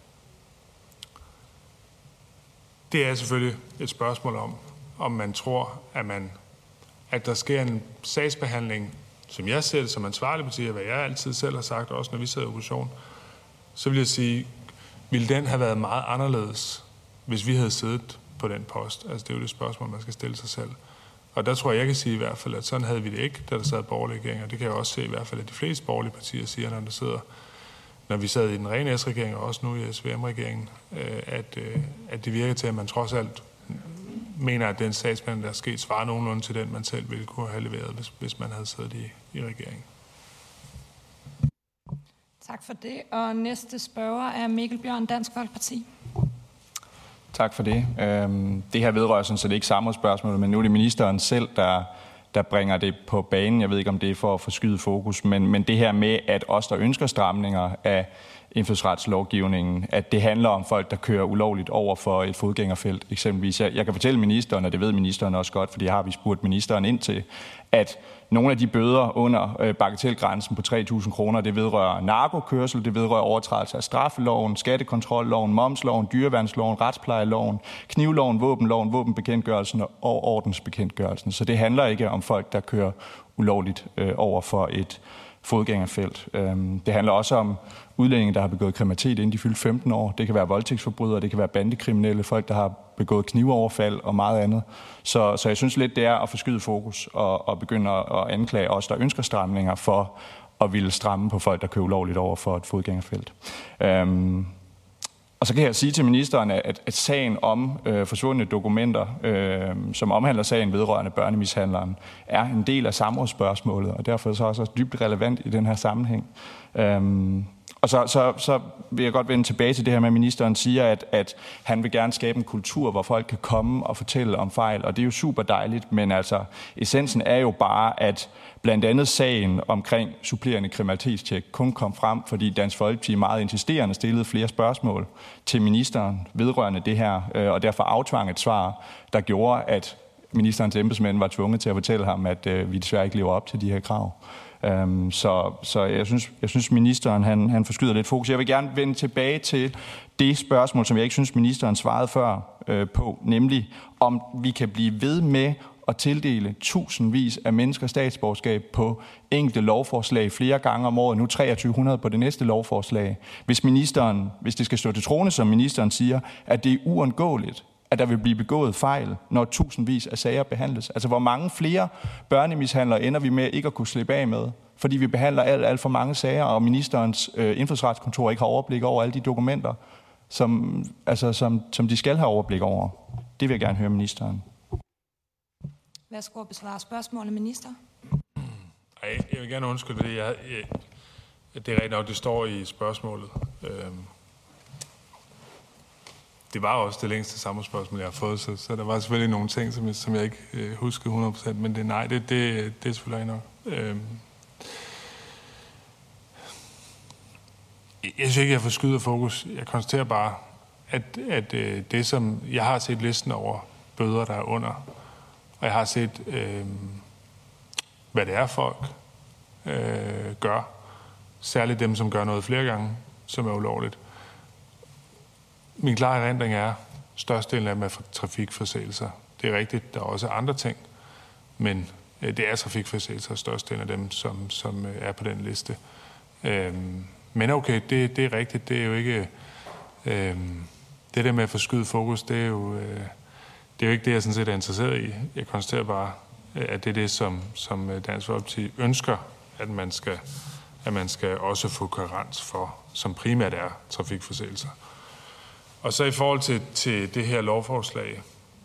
er selvfølgelig et spørgsmål om man tror, at der sker en sagsbehandling, som jeg ser det som ansvarlig parti, og hvad jeg altid selv har sagt, også når vi sidder i opposition, så vil jeg sige, ville den have været meget anderledes, hvis vi havde siddet på den post? Altså det er jo det spørgsmål, man skal stille sig selv. Og der tror jeg kan sige i hvert fald, at sådan havde vi det ikke, da der sad borgerlige regeringer. Det kan jeg også se i hvert fald, at de fleste borgerlige partier siger, når vi sad i den rene S-regering, og også nu i SVM-regeringen, at det virker til, at man trods alt mener, at den sagsbehandling, der er sket, svarer nogenlunde til den, man selv ville kunne have leveret, hvis man havde siddet i regeringen. Tak for det. Og næste spørger er Mikkel Bjørn, Dansk Folkeparti. Tak for det. Det her vedrører sådan set ikke samme spørgsmål, men nu er det ministeren selv, der bringer det på banen. Jeg ved ikke, om det er for at forskyde fokus, men det her med, at os, der ønsker stramninger af indfødsretslovgivningen, at det handler om folk, der kører ulovligt over for et fodgængerfelt eksempelvis. Jeg kan fortælle ministeren, og det ved ministeren også godt, for det har vi spurgt ministeren ind til, at nogle af de bøder under bagatelgrænsen på 3.000 kroner, det vedrører narkokørsel, det vedrører overtrædelse af straffeloven, skattekontrolloven, momsloven, dyreværnsloven, retsplejeloven, knivloven, våbenloven, våbenbekendtgørelsen og ordensbekendtgørelsen. Så det handler ikke om folk, der kører ulovligt over for et fodgængerfelt. Det handler også om udlændinge, der har begået kriminalitet, inden de fyldte 15 år. Det kan være voldtægtsforbrydere, det kan være bandekriminelle, folk, der har begået knivoverfald og meget andet. Så jeg synes lidt, det er at forskyde fokus og begynde at anklage os, der ønsker stramninger for at ville stramme på folk, der kører ulovligt over for et fodgængerfelt. Og så kan jeg sige til ministeren, at sagen om forsvundne dokumenter, som omhandler sagen vedrørende børnemishandleren, er en del af samrådsspørgsmålet, og derfor så også dybt relevant i den her sammenhæng. Og så vil jeg godt vende tilbage til det her med, at ministeren siger, at han vil gerne skabe en kultur, hvor folk kan komme og fortælle om fejl, og det er jo super dejligt, men altså essensen er jo bare, at blandt andet sagen omkring supplerende kriminalitetstjek kun kom frem, fordi Dansk Folkeparti meget insisterende stillede flere spørgsmål til ministeren vedrørende det her, og derfor aftvang et svar, der gjorde, at ministerens embedsmænd var tvunget til at fortælle ham, at vi desværre ikke lever op til de her krav. Så jeg synes ministeren han forskyder lidt fokus. Jeg vil gerne vende tilbage til det spørgsmål, som jeg ikke synes, ministeren svarede før på, nemlig om vi kan blive ved med at tildele tusindvis af mennesker statsborgerskab på enkelte lovforslag flere gange om året, nu 2300 på det næste lovforslag. Hvis det skal stå til troende, som ministeren siger, at det er uundgåeligt, at der vil blive begået fejl, når tusindvis af sager behandles. Altså, hvor mange flere børnemishandlere ender vi med ikke at kunne slippe af med, fordi vi behandler alt for mange sager, og ministerens indfødsretskontor ikke har overblik over alle de dokumenter, som de skal have overblik over. Det vil jeg gerne høre ministeren. Værsgo at besvare spørgsmålet, minister. Jeg vil gerne undskylde, fordi det er rigtigt nok, det står i spørgsmålet. Det var også det længste samrådsspørgsmål, jeg har fået, så der var selvfølgelig nogle ting, som jeg ikke husker 100%, men det er selvfølgelig nok. Jeg synes ikke, jeg forskyder fokus. Jeg konstaterer bare, at det, som jeg har set listen over bøder, der er under, og jeg har set, hvad det er, folk gør, særligt dem, som gør noget flere gange, som er ulovligt. Min klare erindring er, størstedelen af dem er trafikforseelser. Det er rigtigt, der er også andre ting, men det er trafikforseelser, størstedelen af dem, som er på den liste. Men okay, det er rigtigt, det er jo ikke... det der med at forskyde fokus, det er jo ikke det, jeg sådan set er interesseret i. Jeg konstaterer bare, at det er det, som Dansk Folkeparti ønsker, at man skal også få koherens for, som primært er trafikforseelser. Og så i forhold til det her lovforslag,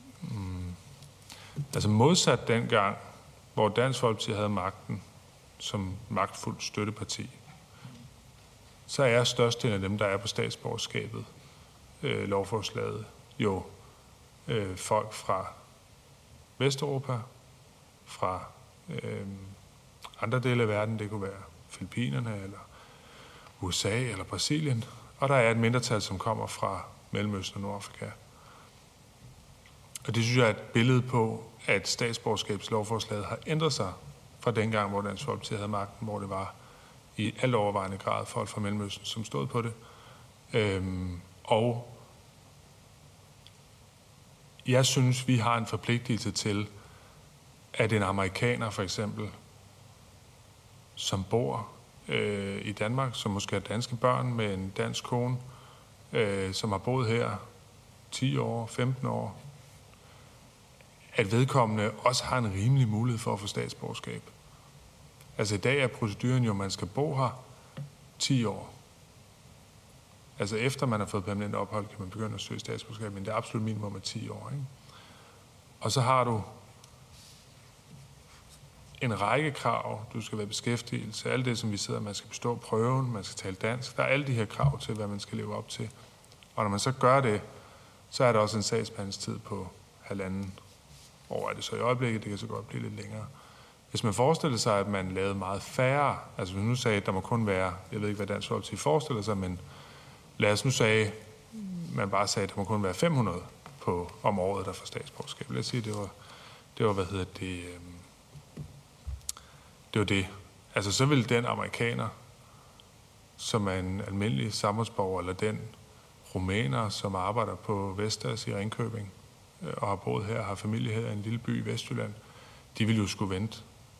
altså modsat dengang, hvor Dansk Folkeparti havde magten som magtfuldt støtteparti, så er størstedelen af dem, der er på statsborgerskabet, lovforslaget, jo folk fra Vesteuropa, fra andre dele af verden, det kunne være Filippinerne, eller USA, eller Brasilien, og der er et mindretal, som kommer fra Mellemøsten og Nordafrika. Og det synes jeg er et billede på, at statsborgerskabslovforslaget har ændret sig fra dengang, hvor Dansk Folkeparti havde magten, hvor det var i alt overvejende grad folk fra Mellemøsten, som stod på det. Og jeg synes, vi har en forpligtelse til, at en amerikaner for eksempel, som bor i Danmark, som måske har danske børn med en dansk kone, som har boet her 10 år, 15 år, at vedkommende også har en rimelig mulighed for at få statsborgerskab. Altså i dag er proceduren jo, at man skal bo her 10 år. Altså efter man har fået permanent ophold, kan man begynde at søge statsborgerskab, men det er absolut minimum af 10 år. Ikke? Og så har du en række krav. Du skal være beskæftigelse, alt det, som vi sidder, man skal bestå prøven, man skal tale dansk. Der er alle de her krav til, hvad man skal leve op til. Og når man så gør det, så er der også en sagsbehandlingstid på 1,5 år. Er det så i øjeblikket, det kan så godt blive lidt længere. Hvis man forestiller sig, at man lavede meget færre, altså hvis man nu sagde, at der må kun være, jeg ved ikke, hvad Dansk Folkeparti forestiller sig, men lad os nu sige, man bare sagde, at der må kun være 500 om året, der får statsborgerskab. Lad os sige, det var det var det. Altså så ville den amerikaner, som er en almindelig samfundsborger, eller den rumæner, som arbejder på Vestas i Ringkøbing, og har boet her, har familie her i en lille by i Vestjylland, de ville jo skulle vente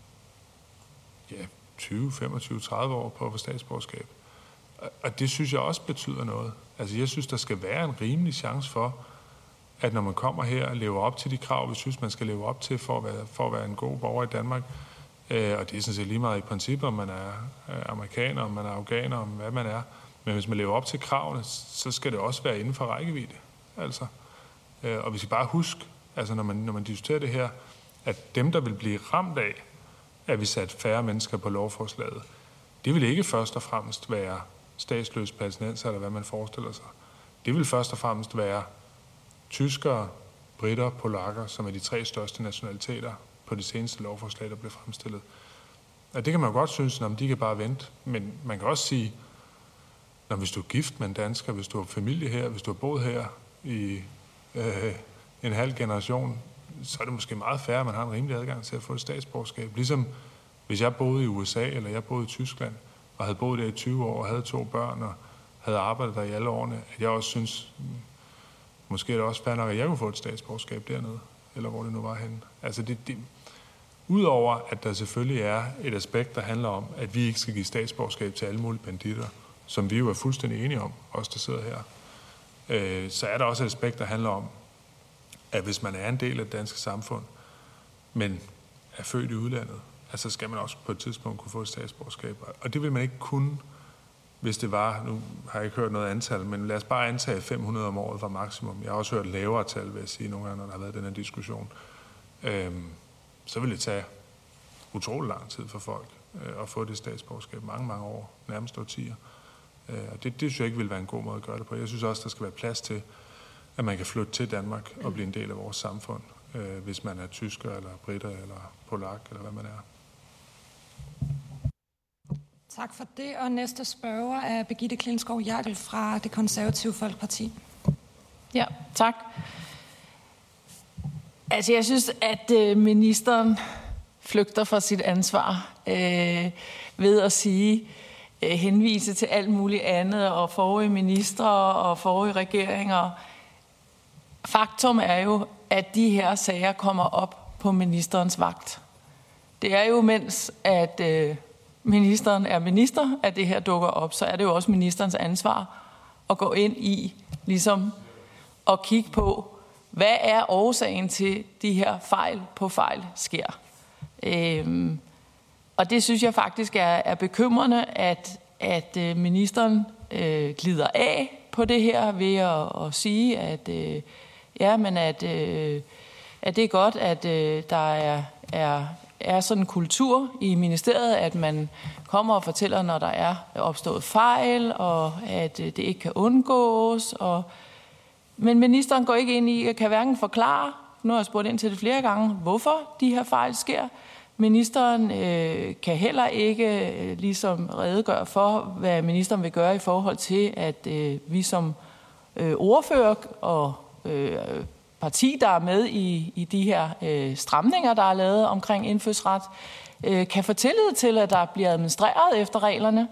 20, 25, 30 år på at få statsborgerskab. Og det synes jeg også betyder noget. Altså jeg synes, der skal være en rimelig chance for, at når man kommer her og lever op til de krav, vi synes, man skal leve op til for at være en god borger i Danmark, og det er sådan set lige meget i princippet, om man er amerikaner, om man er afghaner, om hvad man er, Men hvis man lever op til kravene, så skal det også være inden for rækkevidde. Altså. Og vi skal bare huske, altså når man diskuterer det her, at dem, der vil blive ramt af, at vi satte færre mennesker på lovforslaget, det vil ikke først og fremmest være statsløse palæstinenser, eller hvad man forestiller sig. Det vil først og fremmest være tyskere, britter, polakker, som er de 3 største nationaliteter på det seneste lovforslag, der blev fremstillet. Og det kan man jo godt synes, at de kan bare vente. Men man kan også sige, at hvis du er gift med en dansker, hvis du har familie her, hvis du har boet her i en halv generation, så er det måske meget fair, at man har en rimelig adgang til at få et statsborgerskab. Ligesom hvis jeg boede i USA, eller jeg boede i Tyskland, og havde boet der i 20 år, og havde 2 børn, og havde arbejdet der i alle årene, at jeg også synes, måske er det også fair nok, at jeg kunne få et statsborgerskab dernede, eller hvor det nu var henne. Altså udover at der selvfølgelig er et aspekt, der handler om, at vi ikke skal give statsborgerskab til alle mulige banditter, som vi jo er fuldstændig enige om, os der sidder her, så er der også et aspekt, der handler om, at hvis man er en del af det danske samfund, men er født i udlandet, altså skal man også på et tidspunkt kunne få et statsborgerskab. Og det vil man ikke kunne, hvis det var, nu har jeg ikke hørt noget antal, men lad os bare antage 500 om året var maksimum. Jeg har også hørt lavere tal, vil jeg sige, nogle gange, når der har været den her diskussion. Så vil det tage utrolig lang tid for folk at få det statsborgerskab. Mange, mange år, nærmest årtier. Og det synes jeg ikke vil være en god måde at gøre det på. Jeg synes også, der skal være plads til, at man kan flytte til Danmark og blive en del af vores samfund, hvis man er tysker, eller britter, eller polak, eller hvad man er. Tak for det, og næste spørger er Birgitte Klintskov Jerkel fra Det Konservative Folkeparti. Ja, tak. Altså, jeg synes, at ministeren flygter fra sit ansvar ved at sige, henvise til alt muligt andet, og forrige ministre og forrige regeringer. Faktum er jo, at de her sager kommer op på ministerens vagt. Det er jo, mens at ministeren er minister, at det her dukker op, så er det jo også ministerens ansvar at gå ind i, ligesom at kigge på, hvad er årsagen til, de her fejl på fejl sker. Og det synes jeg faktisk er bekymrende, at ministeren glider af på det her ved at sige, at at det er godt, at der er sådan en kultur i ministeriet, at man kommer og fortæller, når der er opstået fejl, og at det ikke kan undgås. Men ministeren går ikke ind i og kan hverken forklare, nu har jeg spurgt ind til det flere gange, hvorfor de her fejl sker. Ministeren kan heller ikke ligesom redegøre for, hvad ministeren vil gøre i forhold til, at vi som ordfører og parti, der er med i de her stramninger, der er lavet omkring indfødsret, kan få tillid til, at der bliver administreret efter reglerne.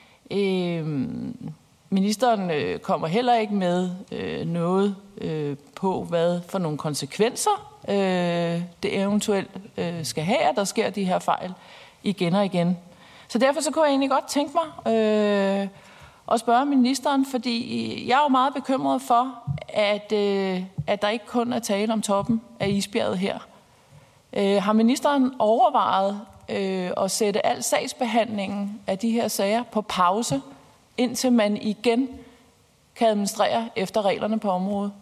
Ministeren kommer heller ikke med noget på, hvad for nogle konsekvenser det eventuelt skal have, at der sker de her fejl igen og igen. Så derfor så kunne jeg egentlig godt tænke mig at spørge ministeren, fordi jeg er jo meget bekymret for, at der ikke kun er tale om toppen af isbjerget her. Har ministeren overvejet at sætte al sagsbehandlingen af de her sager på pause, indtil man igen kan administrere efter reglerne på området?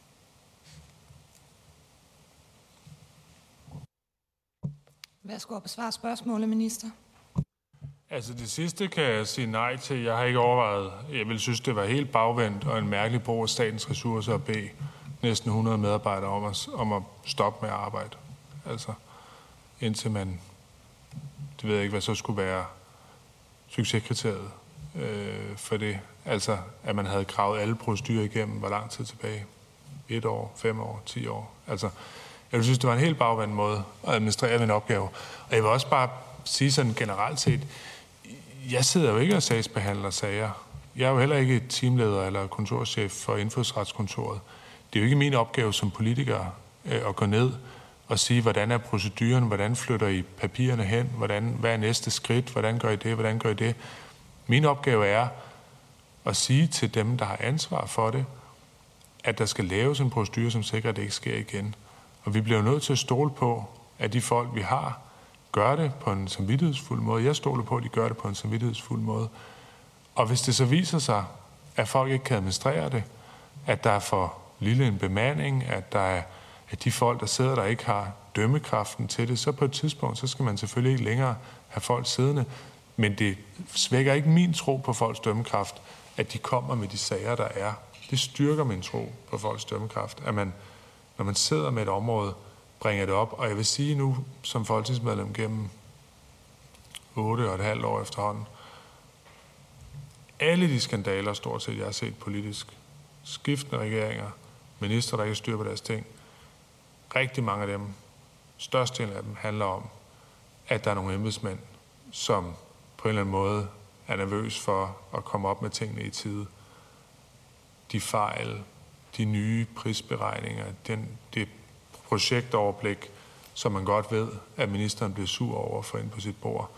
Værsgo at besvare spørgsmålet, minister. Altså det sidste kan jeg sige nej til. Jeg har ikke overvejet. Jeg vil synes, det var helt bagvendt og en mærkelig brug af statens ressourcer at bede næsten 100 medarbejdere om at stoppe med at arbejde. Altså indtil man, det ved jeg ikke, hvad så skulle være succeskriteriet for det. Altså at man havde gravet alle procedurer igennem, hvor lang tid tilbage? 1 år, 5 år, 10 år. Altså jeg vil synes, det var en helt bagvendt måde at administrere en opgave. Og jeg vil også bare sige sådan generelt set, jeg sidder jo ikke og sagsbehandler sager. Jeg er jo heller ikke teamleder eller kontorchef for Indfødsretskontoret. Det er jo ikke min opgave som politiker at gå ned og sige, hvordan er proceduren, hvordan flytter I papirerne hen, hvad er næste skridt, hvordan gør I det, hvordan gør I det. Min opgave er at sige til dem, der har ansvar for det, at der skal laves en procedure, som sikrer, at det ikke sker igen. Og vi bliver jo nødt til at stole på, at de folk, vi har, gør det på en samvittighedsfuld måde. Jeg stoler på, at de gør det på en samvittighedsfuld måde. Og hvis det så viser sig, at folk ikke kan administrere det, at der er for lille en bemanding, at de folk, der sidder der, ikke har dømmekraften til det, så på et tidspunkt, så skal man selvfølgelig ikke længere have folk siddende. Men det svækker ikke min tro på folks dømmekraft, at de kommer med de sager, der er. Det styrker min tro på folks dømmekraft, at man, når man sidder med et område, bringer det op. Og jeg vil sige nu, som folketingsmedlem gennem 8,5 år efterhånden, alle de skandaler, stort set, jeg har set politisk, skiftende regeringer, minister, der ikke styr på deres ting, rigtig mange af dem, størstedelen af dem, handler om, at der er nogle embedsmænd, som på en eller anden måde er nervøs for at komme op med tingene i tide. De fejl, de nye prisberegninger, det projektoverblik, som man godt ved, at ministeren bliver sur over for ind på sit bord.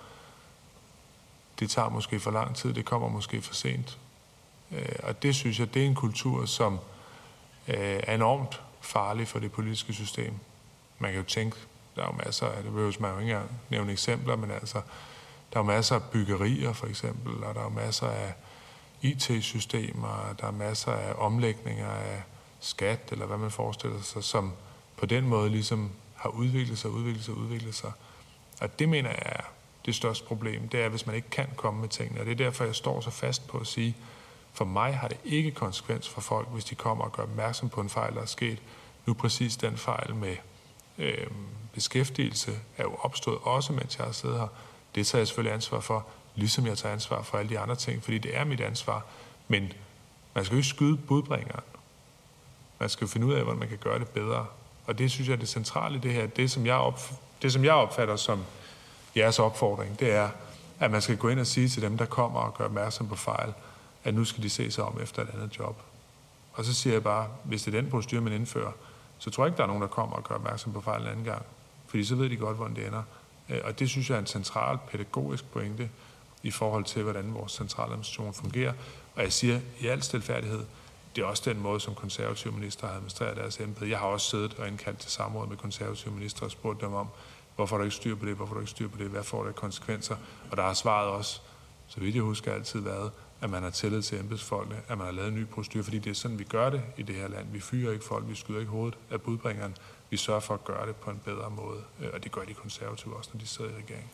Det tager måske for lang tid, det kommer måske for sent. Og det synes jeg, det er en kultur, som er enormt farlig for det politiske system. Man kan jo tænke, der er jo masser af, det behøves man jo ikke engang nævne eksempler, men altså, der er masser af byggerier for eksempel, og der er masser af IT-systemer, der er masser af omlægninger af skat, eller hvad man forestiller sig, som på den måde ligesom har udviklet sig. Og det mener jeg er det største problem, det er, hvis man ikke kan komme med tingene. Og det er derfor, jeg står så fast på at sige, for mig har det ikke konsekvens for folk, hvis de kommer og gør opmærksom på en fejl, der er sket. Nu præcis den fejl med beskæftigelse er jo opstået også, mens jeg har siddet her. Det tager jeg selvfølgelig ansvar for, ligesom jeg tager ansvar for alle de andre ting, fordi det er mit ansvar. Men man skal jo ikke skyde budbringeren. Man skal jo finde ud af, hvordan man kan gøre det bedre. Og det synes jeg er det centrale i det her. Det, som jeg opfatter som jeres opfordring, det er, at man skal gå ind og sige til dem, der kommer og gør opmærksom på fejl, at nu skal de se sig om efter et andet job. Og så siger jeg bare, hvis det er den procedure, man indfører, så tror jeg ikke, der er nogen, der kommer og gør opmærksom på fejl en anden gang. Fordi så ved de godt, hvordan det ender. Og det synes jeg er en central pædagogisk pointe i forhold til, hvordan vores centraladministration fungerer. Og jeg siger i al stilfærdighed, det er også den måde, som konservative minister har administreret deres embede. Jeg har også siddet og indkaldt til samråd med konservative minister og spurgt dem om, hvorfor der ikke styr på det, hvad får det konsekvenser. Og der har svaret også, så vidt jeg husker, altid været, at man har tillid til embedsfolkene, at man har lavet en ny procedure, fordi det er sådan, vi gør det i det her land. Vi fyrer ikke folk, vi skyder ikke hovedet af budbringeren. Vi sørger for at gøre det på en bedre måde, og det gør de konservative også, når de sidder i regeringen.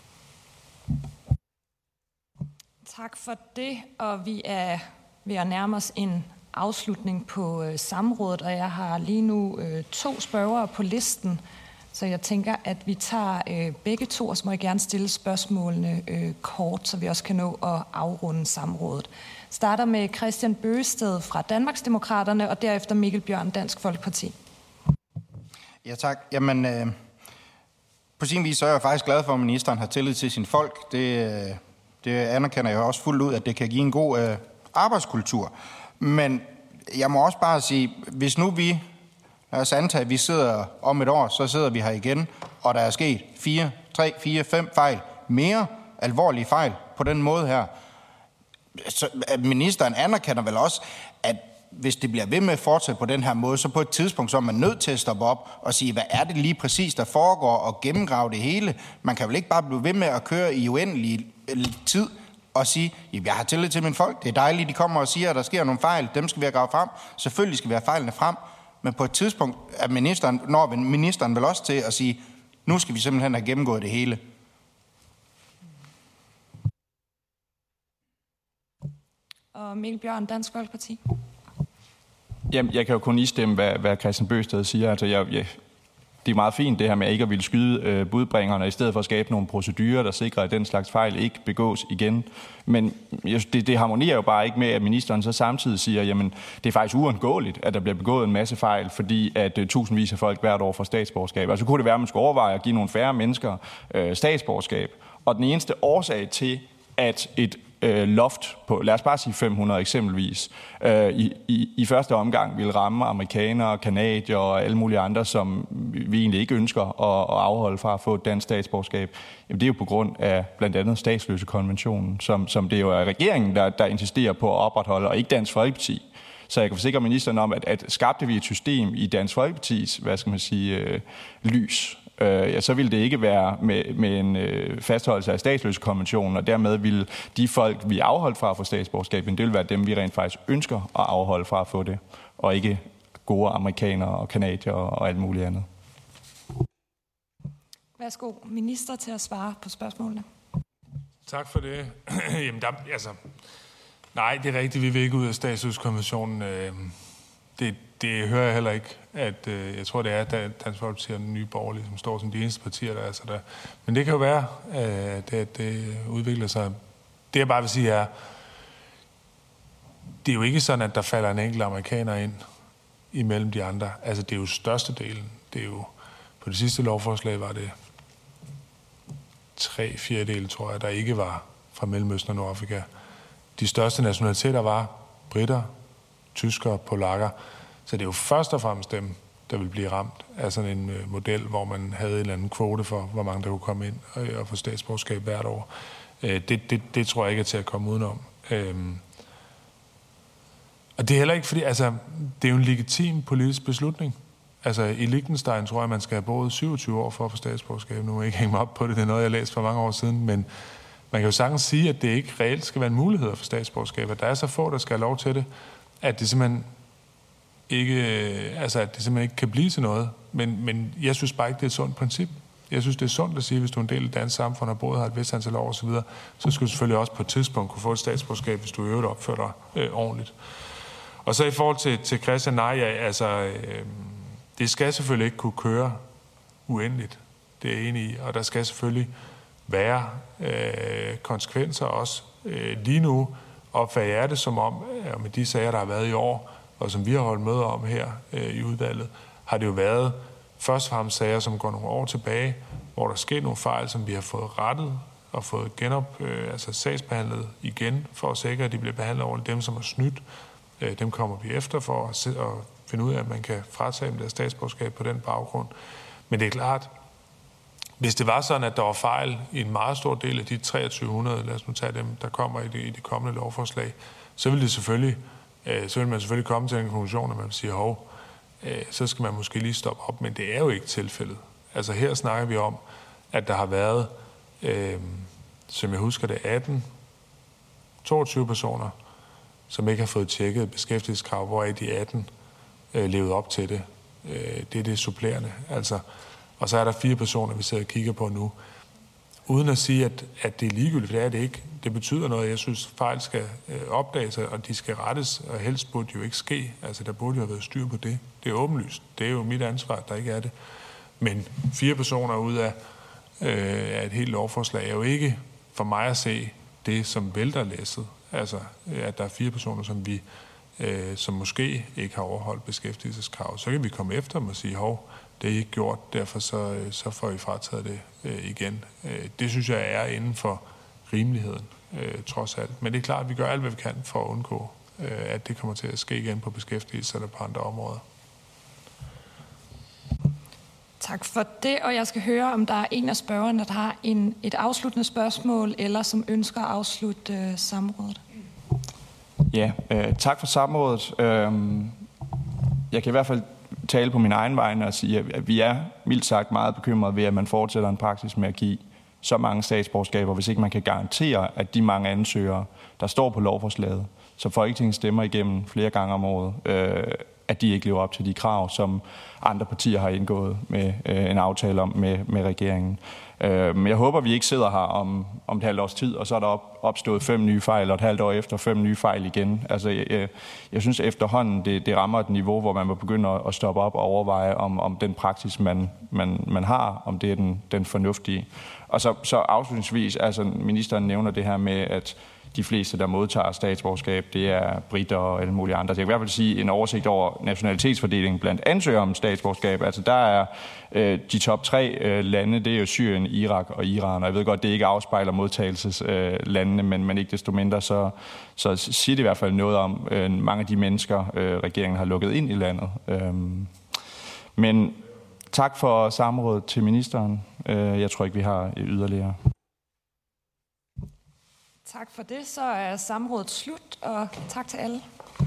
Tak for det, og vi er ved at nærme os en afslutning på samrådet, og jeg har lige nu 2 spørgere på listen, så jeg tænker, at vi tager begge to, og så må jeg gerne stille spørgsmålene kort, så vi også kan nå at afrunde samrådet. Starter med Christian Bøgested fra Danmarksdemokraterne, og derefter Mikkel Bjørn, Dansk Folkeparti. Ja, tak. Jamen, på sin vis så er jeg faktisk glad for, at ministeren har tillid til sin folk. Det anerkender jeg også fuldt ud, at det kan give en god arbejdskultur. Men jeg må også bare sige, hvis nu lad os antage, at vi sidder om et år, så sidder vi her igen, og der er sket 3, 4, 5 fejl, mere alvorlige fejl på den måde her. Så ministeren anerkender vel også, at hvis det bliver ved med at fortsætte på den her måde, så på et tidspunkt så er man nødt til at stoppe op og sige, hvad er det lige præcis, der foregår, og gennemgrave det hele. Man kan vel ikke bare blive ved med at køre i uendelig tid og sige, jeg har tillid til mine folk, det er dejligt, de kommer og siger, at der sker nogle fejl, dem skal vi have gravet frem. Selvfølgelig skal vi have fejlene frem, men på et tidspunkt er ministeren vel også til at sige, nu skal vi simpelthen have gennemgået det hele. Og Mikkel Bjørn, Dansk Folkeparti. Jamen, jeg kan jo kun istemme, hvad Christian Bøgested siger. Altså, det er meget fint det her med ikke at ville skyde budbringerne, i stedet for at skabe nogle procedurer, der sikrer, at den slags fejl ikke begås igen. Men det harmonerer jo bare ikke med, at ministeren så samtidig siger, jamen det er faktisk uundgåeligt, at der bliver begået en masse fejl, fordi at tusindvis af folk hvert år får statsborgerskab. Altså kunne det være, at man skulle overveje at give nogle færre mennesker statsborgerskab. Og den eneste årsag til, at et loft på, lad os bare sige 500 eksempelvis, i første omgang vil ramme amerikanere, kanadier og alle mulige andre, som vi egentlig ikke ønsker at afholde fra at få et dansk statsborgerskab. Jamen, det er jo på grund af blandt andet statsløsekonventionen, som det jo er regeringen, der insisterer på at opretholde, og ikke Dansk Folkeparti. Så jeg kan forsikre ministeren om, at skabte vi et system i Dansk Folkepartis, lys, så ville det ikke være med en fastholdelse af statsløsekonventionen, og dermed ville de folk, vi afholdt fra at få statsborgerskab, det ville være dem, vi rent faktisk ønsker at afholde fra at få det, og ikke gode amerikanere og canadier og alt muligt andet. Værsgo, minister, til at svare på spørgsmålene. Tak for det. Jamen, nej, det er rigtigt. Vi vil ikke ud af statsløsekonventionen. Det hører jeg heller ikke. Jeg tror, det er Dansk Folkeparti og den Nye Borgerlige, som står som de eneste partier, der er så der. Men det kan jo være, at det udvikler sig. Det jeg bare vil sige er, det er jo ikke sådan, at der falder en enkelt amerikaner ind imellem de andre. Altså, det er jo størstedelen. Det er jo, på det sidste lovforslag var det 3/4, tror jeg, der ikke var fra Mellemøsten og Nordafrika. De største nationaliteter var britter, tyskere, polakker. Så det er jo først og fremmest dem, der vil blive ramt af sådan en model, hvor man havde en eller anden kvote for, hvor mange der kunne komme ind og få statsborgerskab hvert år. Det tror jeg ikke er til at komme udenom. Og det er heller ikke, fordi det er jo en legitim politisk beslutning. Altså, i Liechtenstein tror jeg, man skal have boet 27 år for at få statsborgerskab. Nu må jeg ikke hænge mig op på det. Det er noget, jeg læste for mange år siden. Men man kan jo sagtens sige, at det ikke reelt skal være en mulighed at få statsborgerskab. At der er så få, der skal have lov til det, at det simpelthen ikke kan blive til noget. Men jeg synes bare ikke, det er et sundt princip. Jeg synes, det er sundt at sige, hvis du er en del af det danske samfund og boet her et vist antal år osv., så skal du selvfølgelig også på et tidspunkt kunne få et statsborgerskab, hvis du i øvrigt opfører dig ordentligt. Og så i forhold til Christian, det skal selvfølgelig ikke kunne køre uendeligt. Det er jeg enig i. Og der skal selvfølgelig være konsekvenser også. Lige nu opfatter jeg det som om, med de sager, der har været i år, og som vi har holdt møder om her i udvalget, har det jo været først og fremmest sager, som går nogle år tilbage, hvor der sker nogle fejl, som vi har fået rettet og fået sagsbehandlet igen, for at sikre, at de bliver behandlet over dem, som har snydt. Dem kommer vi efter for at finde ud af, at man kan fratage dem deres statsborgerskab på den baggrund. Men det er klart, hvis det var sådan, at der var fejl i en meget stor del af de 2300, lad os nu tage dem, der kommer i de kommende lovforslag, så vil man selvfølgelig komme til en konklusion, at man siger, så skal man måske lige stoppe op, men det er jo ikke tilfældet. Altså her snakker vi om, at der har været, som jeg husker det, 22 personer, som ikke har fået tjekket beskæftigelseskrav, hvoraf de 18 levede op til det. Det er det supplerende. Og så er der 4 personer, vi sidder og kigger på nu. Uden at sige, at det er ligegyldigt, for det er det ikke. Det betyder noget. Jeg synes, fejl skal opdages, og de skal rettes, og helst burde jo ikke ske. Der burde jo have været styr på det. Det er åbenlyst. Det er jo mit ansvar, at der ikke er det. Men 4 personer ud af et helt lovforslag er jo ikke for mig at se det, som vælter læsset. At der er 4 personer, som måske ikke har overholdt beskæftigelseskrav. Så kan vi komme efter dem og sige, det er ikke gjort, derfor så får vi frataget det igen. Det synes jeg er inden for rimeligheden, trods alt. Men det er klart, at vi gør alt, hvad vi kan for at undgå, at det kommer til at ske igen på beskæftigelse eller på andre områder. Tak for det, og jeg skal høre, om der er en af spørgerne, der har et afsluttende spørgsmål, eller som ønsker at afslutte samrådet. Ja, tak for samrådet. Jeg kan i hvert fald tale på min egen vegne og sige, at vi er mildt sagt meget bekymrede ved, at man fortsætter en praksis med at give så mange statsborgerskaber, hvis ikke man kan garantere, at de mange ansøgere, der står på lovforslaget, så Folketinget stemmer igennem flere gange om året, at de ikke lever op til de krav, som andre partier har indgået med en aftale om med regeringen. Men jeg håber, vi ikke sidder her om et halvt års tid, og så er der opstået 5 nye fejl, og et halvt år efter 5 nye fejl igen. Jeg synes efterhånden, det rammer et niveau, hvor man må begynde at stoppe op og overveje, om den praksis, man har, om det er den fornuftige. Og så afslutningsvis, ministeren nævner det her med, at de fleste, der modtager statsborgerskab, det er britter og alle mulige andre. Så jeg kan i hvert fald sige en oversigt over nationalitetsfordelingen blandt ansøgere om statsborgerskab. Der er de top 3 lande, det er jo Syrien, Irak og Iran. Og jeg ved godt, det ikke afspejler modtagelseslandene, men ikke desto mindre, så siger det i hvert fald noget om mange af de mennesker, regeringen har lukket ind i landet. Men tak for samrådet til ministeren. Jeg tror ikke, vi har yderligere. Tak for det. Så er samrådet slut, og tak til alle.